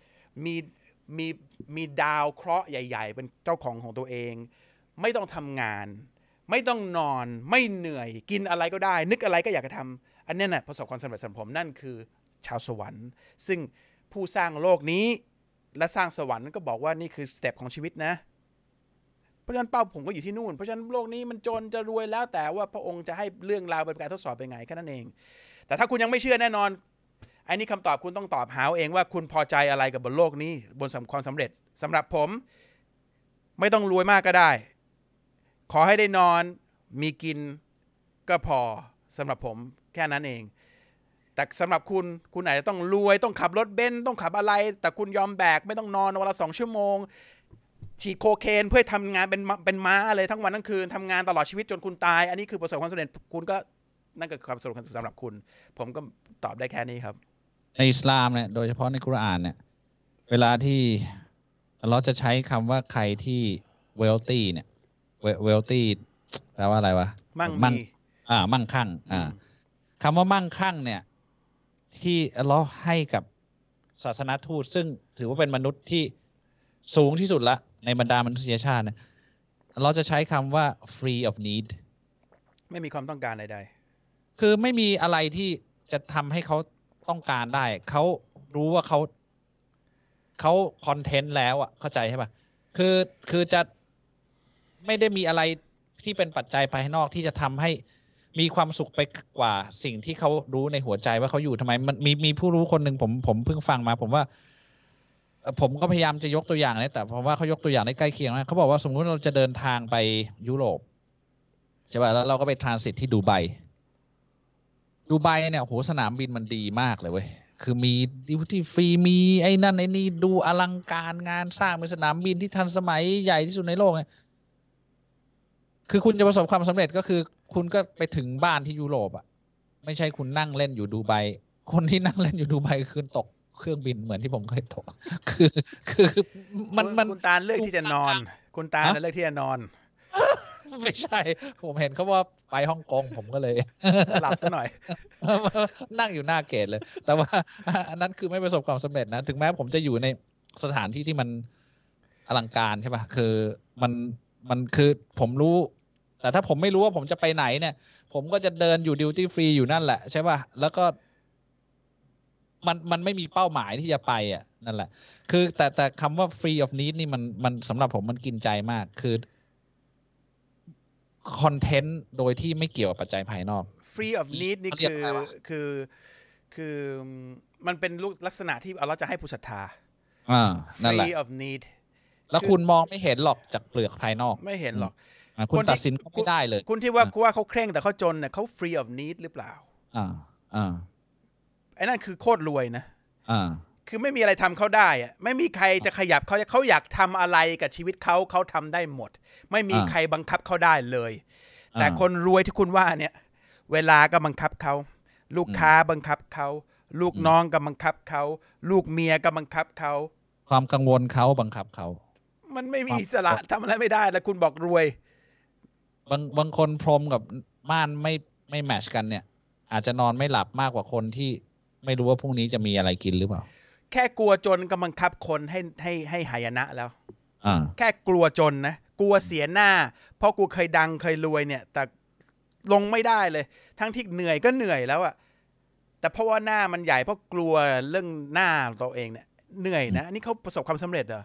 มีดาวเคราะห์ใหญ่ๆเป็นเจ้าของตัวเองไม่ต้องทำงานไม่ต้องนอนไม่เหนื่อยกินอะไรก็ได้นึกอะไรก็อยากจะทำอันนี้น่ะประสบความสำเร็จสำหรับผมนั่นคือชาวสวรรค์ซึ่งผู้สร้างโลกนี้และสร้างสวรรค์ก็บอกว่านี่คือสเต็ปของชีวิตนะเพราะฉะนั้นเป้าผมก็อยู่ที่นู่นเพราะฉะนั้นโลกนี้มันจนจะรวยแล้วแต่ว่าพระองค์จะให้เรื่องราวเป็นการทดสอบเป็นไงแค่นั้นเองแต่ถ้าคุณยังไม่เชื่อแน่นอนไอ้นี่คำตอบคุณต้องตอบหาเองว่าคุณพอใจอะไรกับบนโลกนี้บนความสำเร็จสำหรับผมไม่ต้องรวยมากก็ได้ขอให้ได้นอนมีกินก็พอสำหรับผมแค่นั้นเองแต่สำหรับคุณอาจจะต้องรวยต้องขับรถเบนซ์ต้องขับอะไรแต่คุณยอมแบกไม่ต้องนอนวันละ2 ชั่วโมงฉีดโคเคนเพื่อทำงานเป็นม้าเลยทั้งวันทั้งคืนทำงานตลอดชีวิตจนคุณตายอันนี้คือประสบความสำเร็จคุณก็นั่นก็คือความสำเร็จสำหรับคุณผมก็ตอบได้แค่นี้ครับ
ในอิสลามเนี่ยโดยเฉพาะในกุรอานเนี่ยเวลาที่เราจะใช้คำว่าใครที่ wealthy เนี่ย wealthy แปลว่าอะไรวะมั่งคั่งคำว่ามั่งคั่งเนี่ยที่เราให้กับศาสนทูตซึ่งถือว่าเป็นมนุษย์ที่สูงที่สุดละในบรรดามนุษยชาติเนี่ยเราจะใช้คำว่า free of need
ไม่มีความต้องการใด
ๆคือไม่มีอะไรที่จะทำให้เขาต้องการได้เขารู้ว่าเขาคอนเทนต์แล้วอ่ะเข้าใจใช่ป่ะคือจะไม่ได้มีอะไรที่เป็นปัจจัยภายนอกที่จะทำให้มีความสุขไปกว่าสิ่งที่เขารู้ในหัวใจว่าเขาอยู่ทำไมมันมีผู้รู้คนหนึ่งผมเพิ่งฟังมาผมว่าผมก็พยายามจะยกตัวอย่างนะแต่ผมว่าเขายกตัวอย่างได้ใกล้เคียงนะเขาบอกว่าสมมุติเราจะเดินทางไปยุโรปใช่ป่ะแล้วเราก็ไปทรานสิตที่ดูไบเนี่ยโหสนามบินมันดีมากเลยเว้ยคือมีดิวตี้ฟรีมีไอ้นั่นไอ้นี่ดูอลังการงานสร้างเป็นสนามบินที่ทันสมัยใหญ่ที่สุดในโลกเนี่ยคือคุณจะประสบความสำเร็จก็คือคุณก็ไปถึงบ้านที่ยุโรปอ่ะไม่ใช่คุณนั่งเล่นอยู่ดูไบคนที่นั่งเล่นอยู่ดูไบคือตกเครื่องบินเหมือนที่ผมเคยตกคือมัน
คุณตาลเลือกที่จะนอน คุณตาลเลือกที่จะนอน
ไม่ใช่ผมเห็นเขาว่าไปฮ่องกงผมก็เลย
หลับซะหน่อย
นั่งอยู่หน้าเกตเลย แต่ว่าอันนั้นคือไม่ประสบความสำเร็จนะถึงแม้ผมจะอยู่ในสถานที่ที่มันอลังการใช่ป่ะคือมันคือผมรู้แต่ถ้าผมไม่รู้ว่าผมจะไปไหนเนี่ยผมก็จะเดินอยู่ดิวตี้ฟรีอยู่นั่นแหละใช่ป่ะแล้วก็มันไม่มีเป้าหมายที่จะไปอ่ะนั่นแหละคือแต่คำว่า free of need นี่มันสำหรับผมมันกินใจมากคือคอนเทนต์โดยที่ไม่เกี่ยวกับปัจจัยภายนอก
free of need นี่คือมันเป็นลักษณะที่เราจะให้ผู้ศรัทธา
นั่นแหละ
free of need
แล้วคุณมองไม่เห็นหรอกจากเปลือกภายนอก
ไม่เห็นหรอก
คุณตัดสินไม่ได้เลย
คุณที่ว่าเขาเคร่งแต่เขาจนเนี่ยเขา free of need หรือเปล่าไอ้นั่นคือโคตรรวยนะคือไม่มีอะไรทำเขาได้อะไม่มีใครจะขยับเขาอยากทำอะไรกับชีวิตเขาทำได้หมดไม่มีใครบังคับเขาได้เลยแต่คนรวยที่คุณว่าเนี่ยเวลาก็บังคับเขาลูกค้าบังคับเขาลูกน้องก็บังคับเขาลูกเมียก็บังคับเขา
ความกังวลเขาบังคับเขา
มันไม่มีอิสระทำอะไรไม่ได้แล้วคุณบอกรวย
บางคนพรหมกับม่านไม่แมทช์กันเนี่ยอาจจะนอนไม่หลับมากกว่าคนที่ไม่รู้ว่าพรุ่งนี้จะมีอะไรกินหรือเปล่า
แค่กลัวจนก็บังคับคนให้หายนะแล้วแค่กลัวจนนะกลัวเสียหน้าเพราะกูเคยดังเคยรวยเนี่ยแต่ลงไม่ได้เลยทั้งที่เหนื่อยก็เหนื่อยแล้วอะแต่เพราะว่าหน้ามันใหญ่เพราะกลัวเรื่องหน้าตัวเองเนี่ยเหนื่อยนะนี่เขาประสบความสำเร็จเหรอ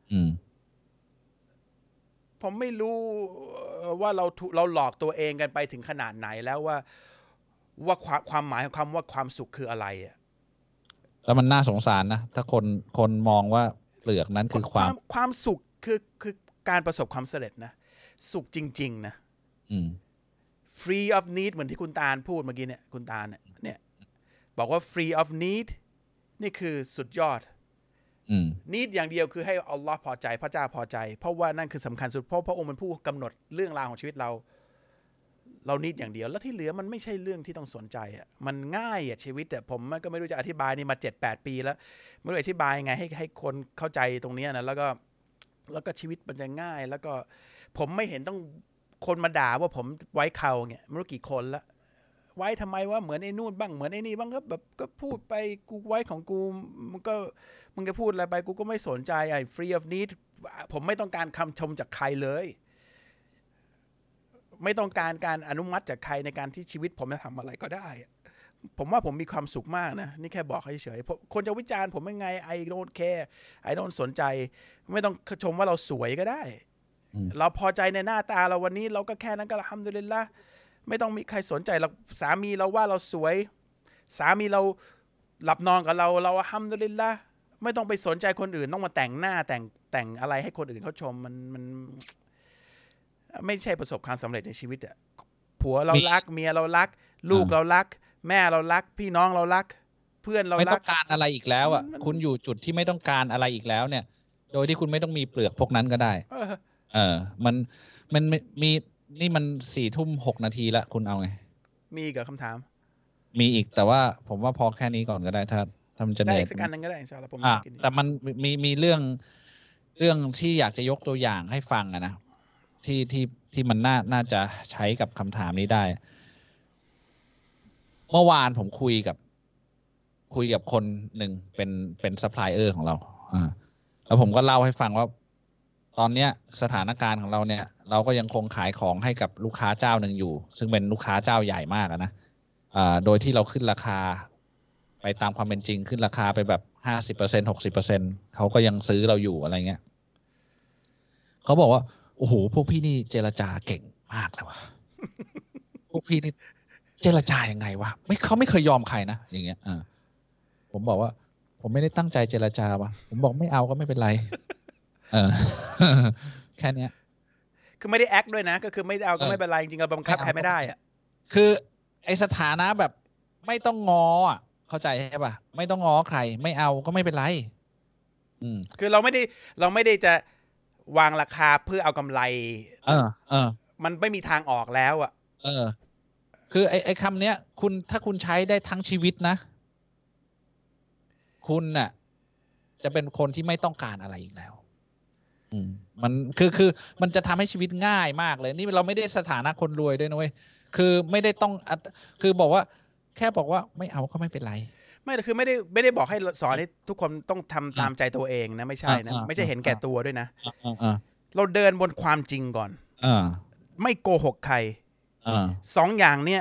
ผมไม่รู้ว่าเราหลอกตัวเองกันไปถึงขนาดไหนแล้วว่าความหมายของคำว่าความสุขคืออะไรอ่ะ
แล้วมันน่าสงสารนะถ้าคนมองว่าเปลือกนั้นคือ
ความสุขคือการประสบความสำเร็จนะสุขจริงๆนะfree of need เหมือนที่คุณตาลพูดเมื่อกี้เนี่ยคุณตาลเนี่ยบอกว่า free of need นี่คือสุดยอดneed อย่างเดียวคือให้อัลลอฮ์พอใจพระเจ้าพอใจเพราะว่านั่นคือสำคัญสุดเพราะพระองค์เป็นผู้กำหนดเรื่องราวของชีวิตเราneed อย่างเดียวแล้วที่เหลือมันไม่ใช่เรื่องที่ต้องสนใจอ่ะมันง่ายอ่ะชีวิตแต่ผมก็ไม่รู้จะอธิบายนี่มา 7-8 ปีแล้วไม่รู้อธิบายยังไงให้คนเข้าใจตรงนี้นะแล้วก็ชีวิตมันจะง่ายแล้วก็ผมไม่เห็นต้องคนมาด่าว่าผมไว้เขาเนี่ยไม่รู้กี่คนละไว้ทำไมว่าเหมือนไอ้นู่นบ้างเหมือนไอ้นี่บ้างก็แบบก็พูดไปกูไว้ของกูมึงจะพูดอะไรไปกูก็ไม่สนใจไอ้ free of need ผมไม่ต้องการคำชมจากใครเลยไม่ต้องการอนุมัติจากใครในการที่ชีวิตผมจะทำอะไรก็ได้ผมว่าผมมีความสุขมากนะนี่แค่บอกเฉยๆคนจะวิจารณ์ผมยังไง I don't care I don't สนใจไม่ต้องชมว่าเราสวยก็ได้เราพอใจในหน้าตาเราวันนี้เราก็แค่นั้นก็อัลฮัมดุลิลละห์ไม่ต้องมีใครสนใจเราสามีเราว่าเราสวยสามีเราหลับนอนกับเราอัลฮัมดุลิลละห์ไม่ต้องไปสนใจคนอื่นต้องมาแต่งหน้าแต่งอะไรให้คนอื่นเขาชมมันไม่ใช่ประสบความสำเร็จในชีวิตอ่ะผัวเรารักเมียเรารักลูกเรารักแม่เรารักพี่น้องเรารักเพื่อนเรารัก
ไม่ต้องการอะไรอีกแล้วอ่ะคุณอยู่จุดที่ไม่ต้องการอะไรอีกแล้วเนี่ยโดยที่คุณไม่ต้องมีเปลือกพวกนั้นก็ได้มันมีนี่มัน4:06 นาทีละคุณเอาไง
มีอีกคำถาม
มีอีกแต่ว่าผมว่าพอแค่นี้ก่อนก็ได้ถ้ามันจะเหนื่อย
สักอันนึงก็ได้อินชาอัลลอฮ์ผม
แต่มันมีเรื่องที่อยากจะยกตัวอย่างให้ฟังนะที่มันน่าจะใช้กับคำถามนี้ได้เมื่อวานผมคุยกับคนหนึ่งเป็นซัพพลายเออร์ของเราแล้วผมก็เล่าให้ฟังว่าตอนนี้สถานการณ์ของเราเนี่ยเราก็ยังคงขายของให้กับลูกค้าเจ้าหนึ่งอยู่ซึ่งเป็นลูกค้าเจ้าใหญ่มากนะโดยที่เราขึ้นราคาไปตามความเป็นจริงขึ้นราคาไปแบบ 50% 60% เขาก็ยังซื้อเราอยู่อะไรเงี้ยเขาบอกว่าโอ้โหพวกพี่นี่เจรจาเก่งมากเลยว่ะ พวกพี่นี่เจรจายังไงวะเขาไม่เคยยอมใครนะอย่างเงี้ยผมบอกว่าผมไม่ได้ตั้งใจเจรจาวะผมบอกไม่เอาก็ไม่เป็นไรแค่นี้
คือไม่ได้แอคด้วยนะก็คือไม่เอาก็ไม่เป็นไรจริงๆเราบังคับใครไม่ได้อะ
คือไอสถานะแบบไม่ต้องงอเข้าใจใช่ป่ะไม่ต้องงอใครไม่เอาก็ไม่เป็นไร
คือเราไม่ได้จะวางราคาเพื่อเอากำไรมันไม่มีทางออกแล้วอ่ะ
คือไอคำเนี้ยถ้าคุณใช้ได้ทั้งชีวิตนะคุณน่ะจะเป็นคนที่ไม่ต้องการอะไรอีกแล้วมันมันจะทำให้ชีวิตง่ายมากเลยนี่เราไม่ได้สถานะคนรวยด้วยนะเว้ยคือไม่ได้ต้องคือบอกว่าแค่บอกว่าไม่เอาก็ไม่เป็นไร
ไม่แต่คือไม่ได้บอกให้สอนให้ทุกคนต้องทำตามใจตัวเองนะไม่ใช่นะไม่ใช่เห็นแก่ตัวด้วยนะเราเดินบนความจริงก่อนไม่โกหกใครสองอย่างเนี้ย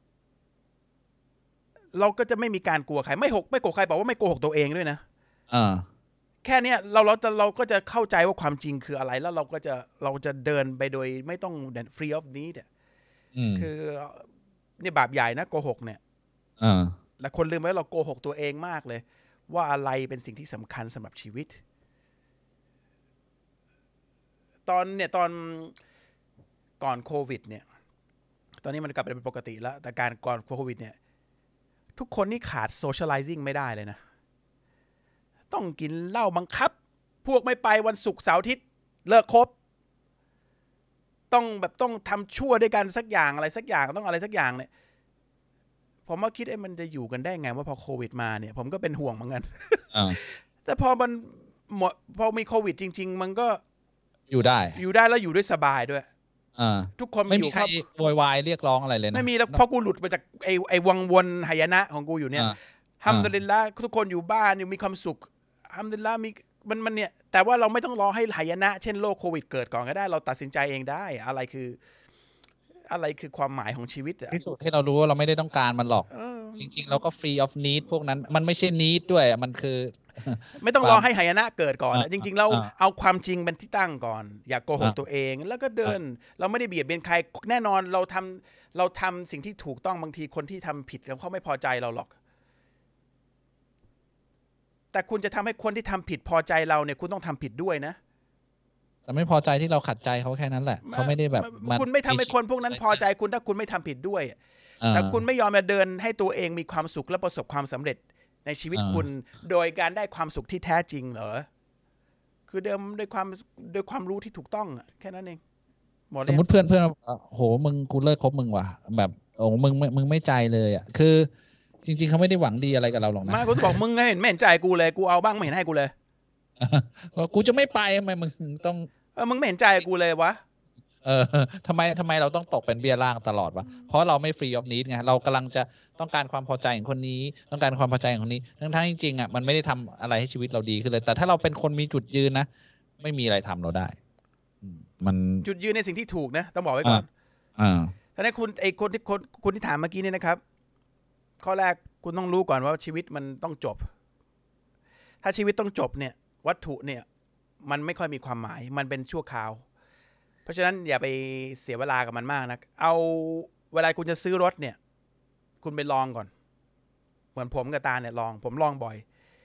เราก็จะไม่มีการกลัวใครไม่โกหกใครบอกว่าไม่โกหกตัวเองด้วยนะแค่เนี้ยเราก็จะเข้าใจว่าความจริงคืออะไรแล้วเราจะเดินไปโดยไม่ต้อง free of need คือเนี่ยบาปใหญ่นะโกหกเนี่ยและคนลืมไปว่าเราโกหกตัวเองมากเลยว่าอะไรเป็นสิ่งที่สำคัญสำหรับชีวิตตอนก่อนโควิดเนี่ยตอนนี้มันกลับไปเป็นปกติแล้วแต่การก่อนโควิดเนี่ยทุกคนนี่ขาด socializing ไม่ได้เลยนะต้องกินเหล้าบังคับพวกไม่ไปวันศุกร์เสาร์อาทิตย์เลิกคบต้องทำชั่วด้วยกันสักอย่างอะไรสักอย่างต้องอะไรสักอย่างเนี่ยผมว่าคิดมันจะอยู่กันได้ไงว่าพอโควิดมาเนี่ยผมก็เป็นห่วงเหมือนกันแต่พอมีโควิดจริงๆมันก็
อยู่ได้
แล้วอยู่ด้วยสบายด้วยทุกคน
ไม่มีใครโวยวายเรียกร้องอะไรเลยนะ
ไม่มีแล้วพอกูหลุดมาจากไอ้วังวนหายนะของกูอยู่เนี่ยฮัมดุลิลละห์ทุกคนอยู่บ้านอยู่มีความสุขฮัมดุลิลละห์มีมันเนี่ยแต่ว่าเราไม่ต้องรอให้หายนะเช่นโรคโควิดเกิดก่อนก็ได้เราตัดสินใจเองได้อะไรคือความหมายของชีวิต
ที่สุดที่เรารู้ว่าเราไม่ได้ต้องการมันหรอกจริงๆเราก็ free of need พวกนั้นมันไม่ใช่ need ด้วยมันคือ
ไม่ต้องรอให้หายนะเกิดก่อนจริงๆเราเอาความจริงเป็นที่ตั้งก่อนอย่าโกหกตัวเองแล้วก็เดินเราไม่ได้เบียดเบียนใครแน่นอนเราทำสิ่งที่ถูกต้องบางทีคนที่ทำผิดเขาไม่พอใจเราหรอกแต่คุณจะทำให้คนที่ทำผิดพอใจเราเนี่ยคุณต้องทำผิดด้วยนะ
แต่ไม่พอใจที่เราขัดใจเขาแค่นั้นแหละเขาไม่ได้แบบ
คุณไม่ทำให้คนพวกนั้นพอใจคุณถ้าคุณไม่ทำผิดด้วยแต่คุณไม่ยอมมาเดินให้ตัวเองมีความสุขและประสบความสำเร็จในชีวิตคุณโดยการได้ความสุขที่แท้จริงเหรอคือเดิมด้วยความรู้ที่ถูกต้องแค่นั้นเอง
สมมติเพื่อนโหมึงกูเลิกคบมึงว่ะแบบโอ้มึงไม่ใจเลยอ่ะคือจริงๆเขาไม่ได้หวังดีอะไรกับเราหรอกนะ
มากูบอกมึงไม่เห็นใจกูเลยกูเอาบ้างไม่เห็นให้กูเลย
กูจะไม่ไปทำไมมึงต้อง
มึงไม่เห็นใจกูเลยวะ
ทำไมเราต้องตกเป็นเบี้ยล่างตลอดวะเพราะเราไม่ free of need ไงเรากำลังจะต้องการความพอใจของคนนี้ต้องการความพอใจของคนนี้ทั้งจริงๆอ่ะมันไม่ได้ทำอะไรให้ชีวิตเราดีขึ้นเลยแต่ถ้าเราเป็นคนมีจุดยืนนะไม่มีอะไรทำเราได้มัน
จุดยืนในสิ่งที่ถูกนะต้องบอกไว้ก่อนแต่ในคนที่ถามเมื่อกี้เนี่ยนะครับข้อแรกคุณต้องรู้ก่อนว่าชีวิตมันต้องจบถ้าชีวิตต้องจบเนี่ยวัตถุเนี่ยมันไม่ค่อยมีความหมายมันเป็นชั่วคราวเพราะฉะนั้นอย่าไปเสียเวลากับมันมากนะเอาเวลาคุณจะซื้อรถเนี่ยคุณไปลองก่อนเหมือนผมกับตาเนี่ยผมลองบ่อย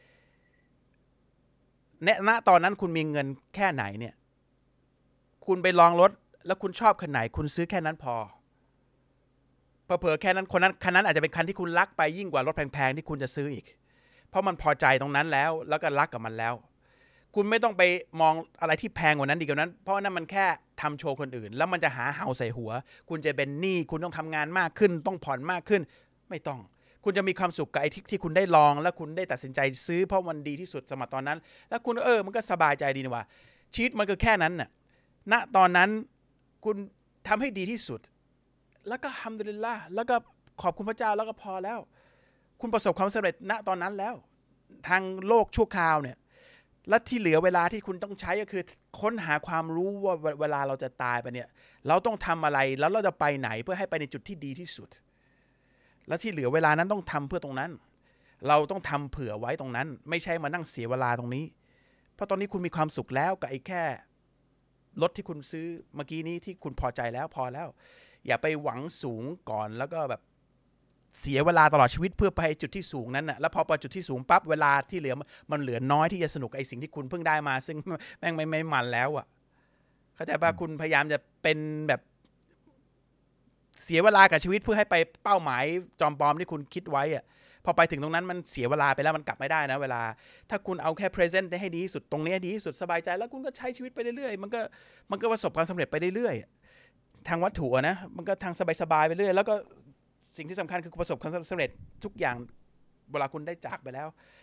ณตอนนั้นคุณมีเงินแค่ไหนเนี่ยคุณไปลองรถแล้วคุณชอบคันไหนคุณซื้อแค่นั้นพอเผลอๆแค่นั้นคันนั้นอาจจะเป็นคันที่คุณรักไปยิ่งกว่ารถแพงๆที่คุณจะซื้ออีกเพราะมันพอใจตรงนั้นแล้วก็รักกับมันแล้วคุณไม่ต้องไปมองอะไรที่แพงกว่านั้นดีกว่านั้นเพราะนั่นมันแค่ทำโชว์คนอื่นแล้วมันจะหาเห่าใส่หัวคุณจะเป็นหนี้คุณต้องทำงานมากขึ้นต้องผ่อนมากขึ้นไม่ต้องคุณจะมีความสุขกับไอ้ที่คุณได้ลองแล้วคุณได้ตัดสินใจซื้อเพราะมันดีที่สุดสำหรับตอนนั้นแล้วคุณมันก็สบายใจดีนี่ว่าชีวิตมันก็แค่นั้นน่ะณตอนนั้นคุณทำให้ดีที่สุดแล้วก็ฮัมดุลิลละห์แล้วก็ขอบคุณพระเจ้าแล้วก็พอแล้วคุณประสบความสำเร็จณตอนนั้นแล้วทางโลกชั่วคราวเนี่ยและที่เหลือเวลาที่คุณต้องใช้ก็คือค้นหาความรู้ว่าเวลาเราจะตายไปเนี่ยเราต้องทำอะไรแล้วเราจะไปไหนเพื่อให้ไปในจุดที่ดีที่สุดและที่เหลือเวลานั้นต้องทำเพื่อตรงนั้นเราต้องทำเผื่อไว้ตรงนั้นไม่ใช่มานั่งเสียเวลาตรงนี้เพราะตอนนี้คุณมีความสุขแล้วกับไอ้แค่รถที่คุณซื้อเมื่อกี้นี้ที่คุณพอใจแล้วพอแล้วอย่าไปหวังสูงก่อนแล้วก็แบบเสียเวลาตลอดชีวิตเพื่อไปจุดที่สูงนั้นน่ะแล้วพอไปจุดที่สูงปั๊บเวลาที่เหลือมันเหลือน้อยที่จะสนุกไอ้สิ่งที่คุณเพิ่งได้มาซึ่งแม่งไม่มันแล้วอ่ะเข้าใจป่ะคุณพยายามจะเป็นแบบเสียเวลากับชีวิตเพื่อให้ไปเป้าหมายจอมปลอมที่คุณคิดไว้อ่ะพอไปถึงตรงนั้นมันเสียเวลาไปแล้วมันกลับไม่ได้นะเวลาถ้าคุณเอาแค่ present ได้ให้ดีที่สุดตรงนี้ดีที่สุดสบายใจแล้วคุณก็ใช้ชีวิตไปเรื่อยๆมันก็ประสบความสำเร็จไปเรื่อยๆทางวัตถุนะมันก็ทางสบายๆไปเรื่อยแล้วก็สิ่งที่สำคัญคือประสบความสำเร็จทุกอย่างเวลาคุณได้จากไปแล้ว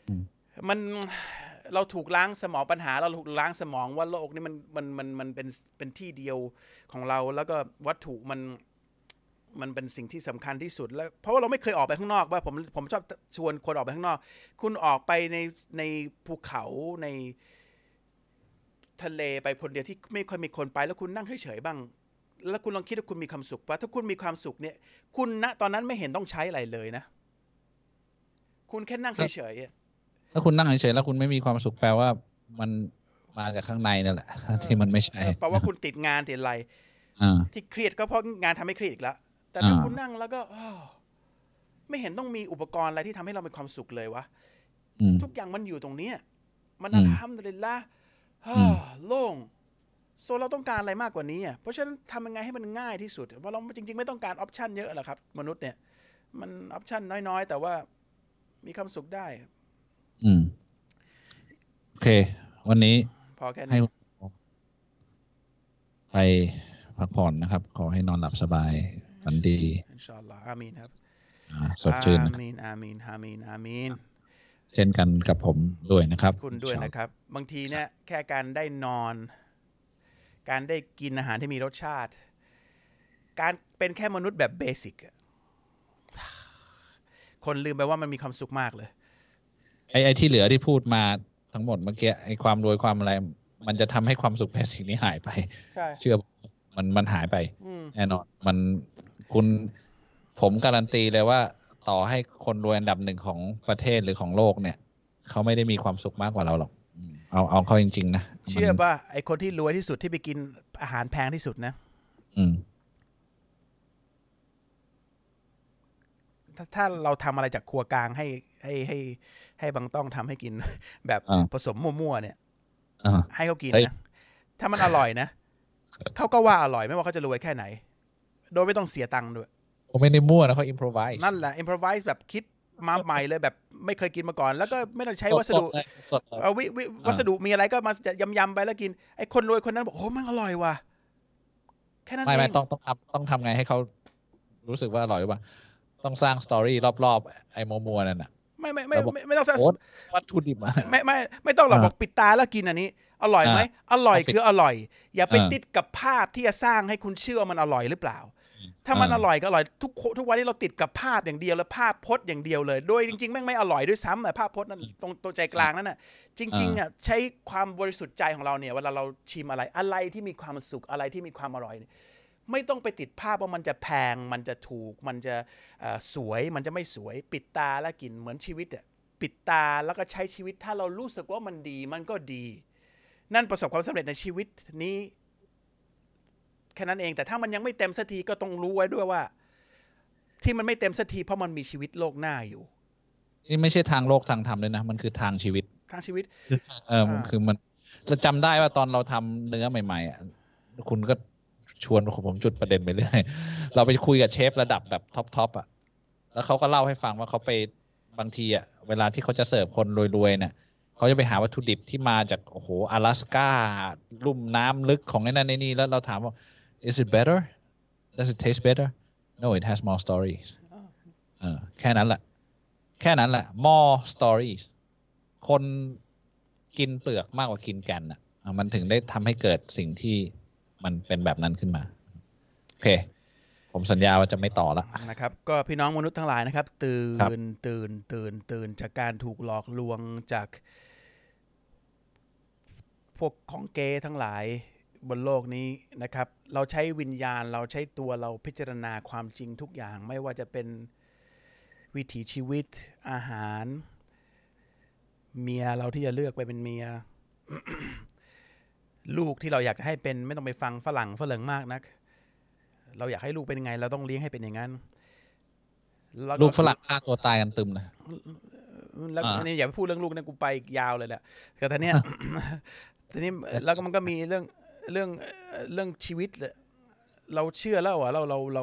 มันเราถูกล้างสมองปัญหาเราถูกล้างสมองว่าโลกนี้มันเป็นที่เดียวของเราแล้วก็วัตถุมันเป็นสิ่งที่สำคัญที่สุดแล้วเพราะว่าเราไม่เคยออกไปข้างนอกว่าผมชอบชวนคนออกไปข้างนอกคุณออกไปในภูเขาในทะเลไปคนเดียวที่ไม่ค่อยมีคนไปแล้วคุณนั่งเฉยๆบ้างแล้วคุณลองคิดว่าคุณมีความสุขป่ะถ้าคุณมีความสุขเนี่ยคุณณตอนนั้นไม่เห็นต้องใช้อะไรเลยนะคุณแค่นั่งเฉยๆ
ถ้าคุณนั่งเฉยๆแล้วคุณไม่มีความสุขแปลว่ามันมาจากข้างในนั่นแหละที่มันไม่ใช่
แปลว่าคุณติดงานติดอะไรที่เครียดก็เพราะงานทำให้เครียดอีกแล้วแต่ถ้าคุณนั่งแล้วก็ไม่เห็นต้องมีอุปกรณ์อะไรที่ทำให้เรามีความสุขเลยวะทุกอย่างมันอยู่ตรงนี้มันอัลฮัมดุลิลละห์โล่งโซเราต้องการอะไรมากกว่านี้เพราะฉะนั้นทำยังไงให้มันง่ายที่สุดเพราะเราจริงๆไม่ต้องการออปชันเยอะหรอกครับมนุษย์เนี่ยมันออปชันน้อยๆแต่ว่ามีความสุขได้
โอเควันนี้
พอแค่นี้
ให้ไปพักผ่อนนะครับขอให้นอนหลับสบายฝันดี
อินชาอัลลอฮ์อามีนครับ
สดชื่น
อามีนอามีนอามีนอามีน
เช่นกันกับผมด้วยนะครับ
คุณด้วยนะครับบางทีเนี่ยแค่การได้นอนการได้กินอาหารที่มีรสชาติการเป็นแค่มนุษย์แบบเบสิกคนลืมไปว่ามันมีความสุขมากเลย
ไอ้ที่เหลือที่พูดมาทั้งหมดเมื่อกี้ไอ้ความรวยความอะไรมันจะทำให้ความสุขเบสิกนี้หายไปเชื่อมันหายไปแน่นอนผมการันตีเลยว่าต่อให้คนรวยอันดับหนึ่งของประเทศหรือของโลกเนี่ยเขาไม่ได้มีความสุขมากกว่าเราหรอกเอาเข้าจริงๆนะ
เชื่อป่ะไอ้คนที่รวยที่สุดที่ไปกินอาหารแพงที่สุดนะถ้าเราทำอะไรจากครัวกลางให้บางต้องทำให้กินแบบผสมมั่วๆเนี่ยให้เขากินนะถ้ามันอร่อยนะเขาก็ว่าอร่อยไม่ว่าเขาจะรวยแค่ไหนโดยไม่ต้องเสียตังค์ด้วย
ผมไม่ได้มั่วนะเขาอิมพรไวส์
นั่นแหละอิมพรไวส์แบบคิดมาใหม่เลยแบบไม่เคยกินมาก่อนแล้วก็ไม่ต้องใช้วัสดุวัสดุมีอะไรก็มายำไปแล้วกินไอ้คนรวยคนนั้นบอกโอ้มันอร่อยว่ะแค่นั้นเอง
ไม่ต้องทำไงให้เขารู้สึกว่าอร่อยหรือเปล่าต้องสร้างสตอรี่รอบๆไอ้มัวๆนั่นน่ะ
ไม่ต้องสร้าง
วัตถุดิบ
ไม่ต้องหรอกบอกปิดตาแล้วกินอันนี้อร่อยไหมอร่อยคืออร่อยอย่าไปติดกับภาพที่จะสร้างให้คุณเชื่อว่ามันอร่อยหรือเปล่าถ้ามันอร่อยก็อร่อยทุกวันนี้เราติดกับภาพอย่างเดียวแล้วภาพพจน์อย่างเดียวเลยโดยจริงๆแม่งไม่อร่อยด้วยซ้ำแต่ภาพพจน์นั้นตรงตัวใจกลางนั้นน่ะจริงๆใช้ความบริสุทธิ์ใจของเราเนี่ยเวลาเราชิมอะไรที่มีความสุขอะไรที่มีความอร่อยไม่ต้องไปติดภาพว่ามันจะแพงมันจะถูกมันจะสวยมันจะไม่สวยปิดตาแล้วกินเหมือนชีวิตปิดตาแล้วก็ใช้ชีวิตถ้าเรารู้สึกว่ามันดีมันก็ดีนั่นประสบความสำเร็จในชีวิตนี้แค่นั้นเองแต่ถ้ามันยังไม่เต็มสักทีก็ต้องรู้ไว้ด้วยว่าที่มันไม่เต็มสักทีเพราะมันมีชีวิตโลกหน้าอยู่
นี่ไม่ใช่ทางโลกทางธรรมเลยนะมันคือทางชีวิตมันคือมันจะจำได้ว่าตอนเราทำเนื้อใหม่ๆคุณก็ชวนผมจุดประเด็นไปเรื่อยเราไปคุยกับเชฟระดับแบบท็อปแล้วเขาก็เล่าให้ฟังว่าเขาไปบางทีเวลาที่เขาจะเสิร์ฟคนรวยๆเนี่ยเขาจะไปหาวัตถุดิบที่มาจากโอ้โห阿拉斯ก้าลุ่มน้ำลึกของนั่นนี่แล้วเราถามว่า is it better does it taste better no it has more stories แค่นั้นแหละmore stories คนกินเปลือกมากกว่ากินแก่นมันถึงได้ทำให้เกิดสิ่งที่มันเป็นแบบนั้นขึ้นมาโอเคผมสัญญาว่าจะไม่ต่อละ
นะครับก็พี่น้องมนุษย์ทั้งหลายนะครับตื่นจากการถูกหลอกลวงจากพวกของเก๊ทั้งหลายบนโลกนี้นะครับเราใช้วิญญาณเราใช้ตัวเราพิจารณาความจริงทุกอย่างไม่ว่าจะเป็นวิถีชีวิตอาหารเมียเราที่จะเลือกไปเป็นเมีย ลูกที่เราอยากจะให้เป็นไม่ต้องไปฟังฝรั่งมากนักเราอยากให้ลูกเป็นยังไงเราต้องเลี้ยงให้เป็นอย่างนั้น
ลูกฝรั่งฆ่าตัวตายกันตึมนะ
แล้วนี่อย่าไปพูดเรื่องลูกนะกูไปยาวเลยแหละแต่ทีนี้แล้วก็มันก็มีเรื่องชีวิตเราเชื่อแล้วว่า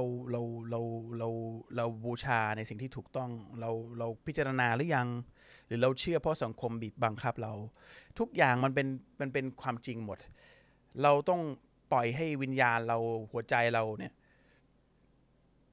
เราบูชาในสิ่งที่ถูกต้องเราพิจารณาหรือยังหรือเราเชื่อเพราะสังคมบีบบังคับเราทุกอย่างมันเป็นความจริงหมดเราต้องปล่อยให้วิญญาณเราหัวใจเราเนี่ย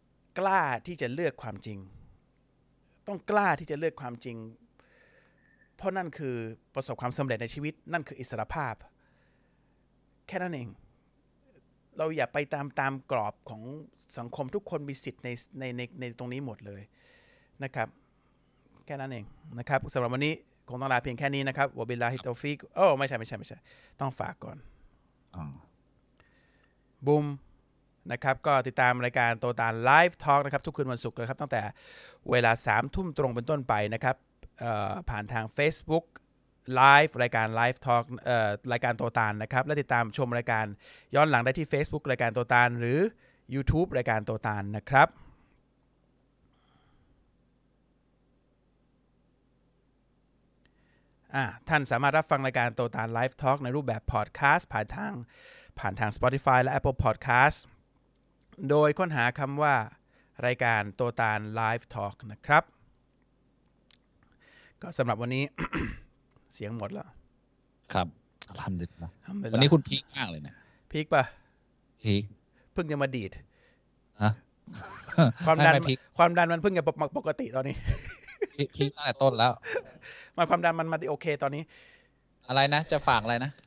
กล้าที่จะเลือกความจริงต้องกล้าที่จะเลือกความจริงเพราะนั่นคือประสบความสำเร็จในชีวิตนั่นคืออิสรภาพแค่นั้นเองเราอย่าไปตามกรอบของสังคมทุกคนมีสิทธิ์ในตรงนี้หมดเลยนะครับแค่นั้นเองนะครับสำหรับวันนี้คงต้องลาเพียงแค่นี้นะครับวะบิลลาฮิตตอฟิกไม่ใช่ต้องฝากก่อนบูมนะครับก็ติดตามรายการโตตาลไลฟ์ทอล์กนะครับทุกคืนวันศุกร์นะครับตั้งแต่เวลา 3 ทุ่มตรงเป็นต้นไปนะครับผ่านทาง Facebook Live รายการ Live Talk รายการโตตาลนะครับและติดตามชมรายการย้อนหลังได้ที่ Facebook รายการโตตาลหรือ YouTube รายการโตตาลนะครับท่านสามารถรับฟังรายการโตตาล Live Talk ในรูปแบบพอดแคสต์ผ่านทาง Spotify และ Apple Podcast โดยค้นหาคำว่ารายการโตตาล Live Talk นะครับก็สำหรับวันนี้ เสียงหมดแล้ว
ครับทำดีนะวันนี้คุณพีคมากเลยนะ
พีคป่ะ
พีค
เพิ่งจะมาดีด
ฮะ
ความดันมันเพิ่งจะปกติตอนนี้
พีคตั้งแต่ต้นแล้ว
ความดันมันมาโอเคตอนนี้
อะไรนะจะฝากอะไรนะ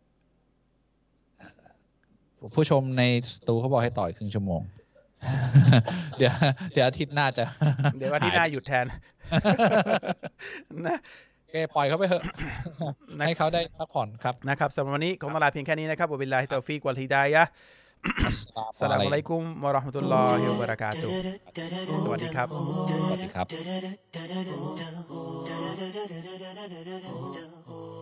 ผู้ชมในสตูเขาบอกให้ต่อยครึ่งชั่วโมงเดี๋ยวอาทิตย์หน้าจะ
เดี๋ยวอาทิตย์หน้าหยุดแทนนะ
ปล่อยเขาไปเถอะให้เขาได้พักผ่อนครับ
นะครับสำหรับวันนี้คงต้องลาเพียงแค่นี้นะครับวะบิลลาฮิตตอฟิกวัลฮิดายะฮ์อัสสลามุอะลัยกุมวะเราะห์มะตุลลอฮิวะบะเราะกาตุฮ์สวัสดีครับ
สวัสดีครับ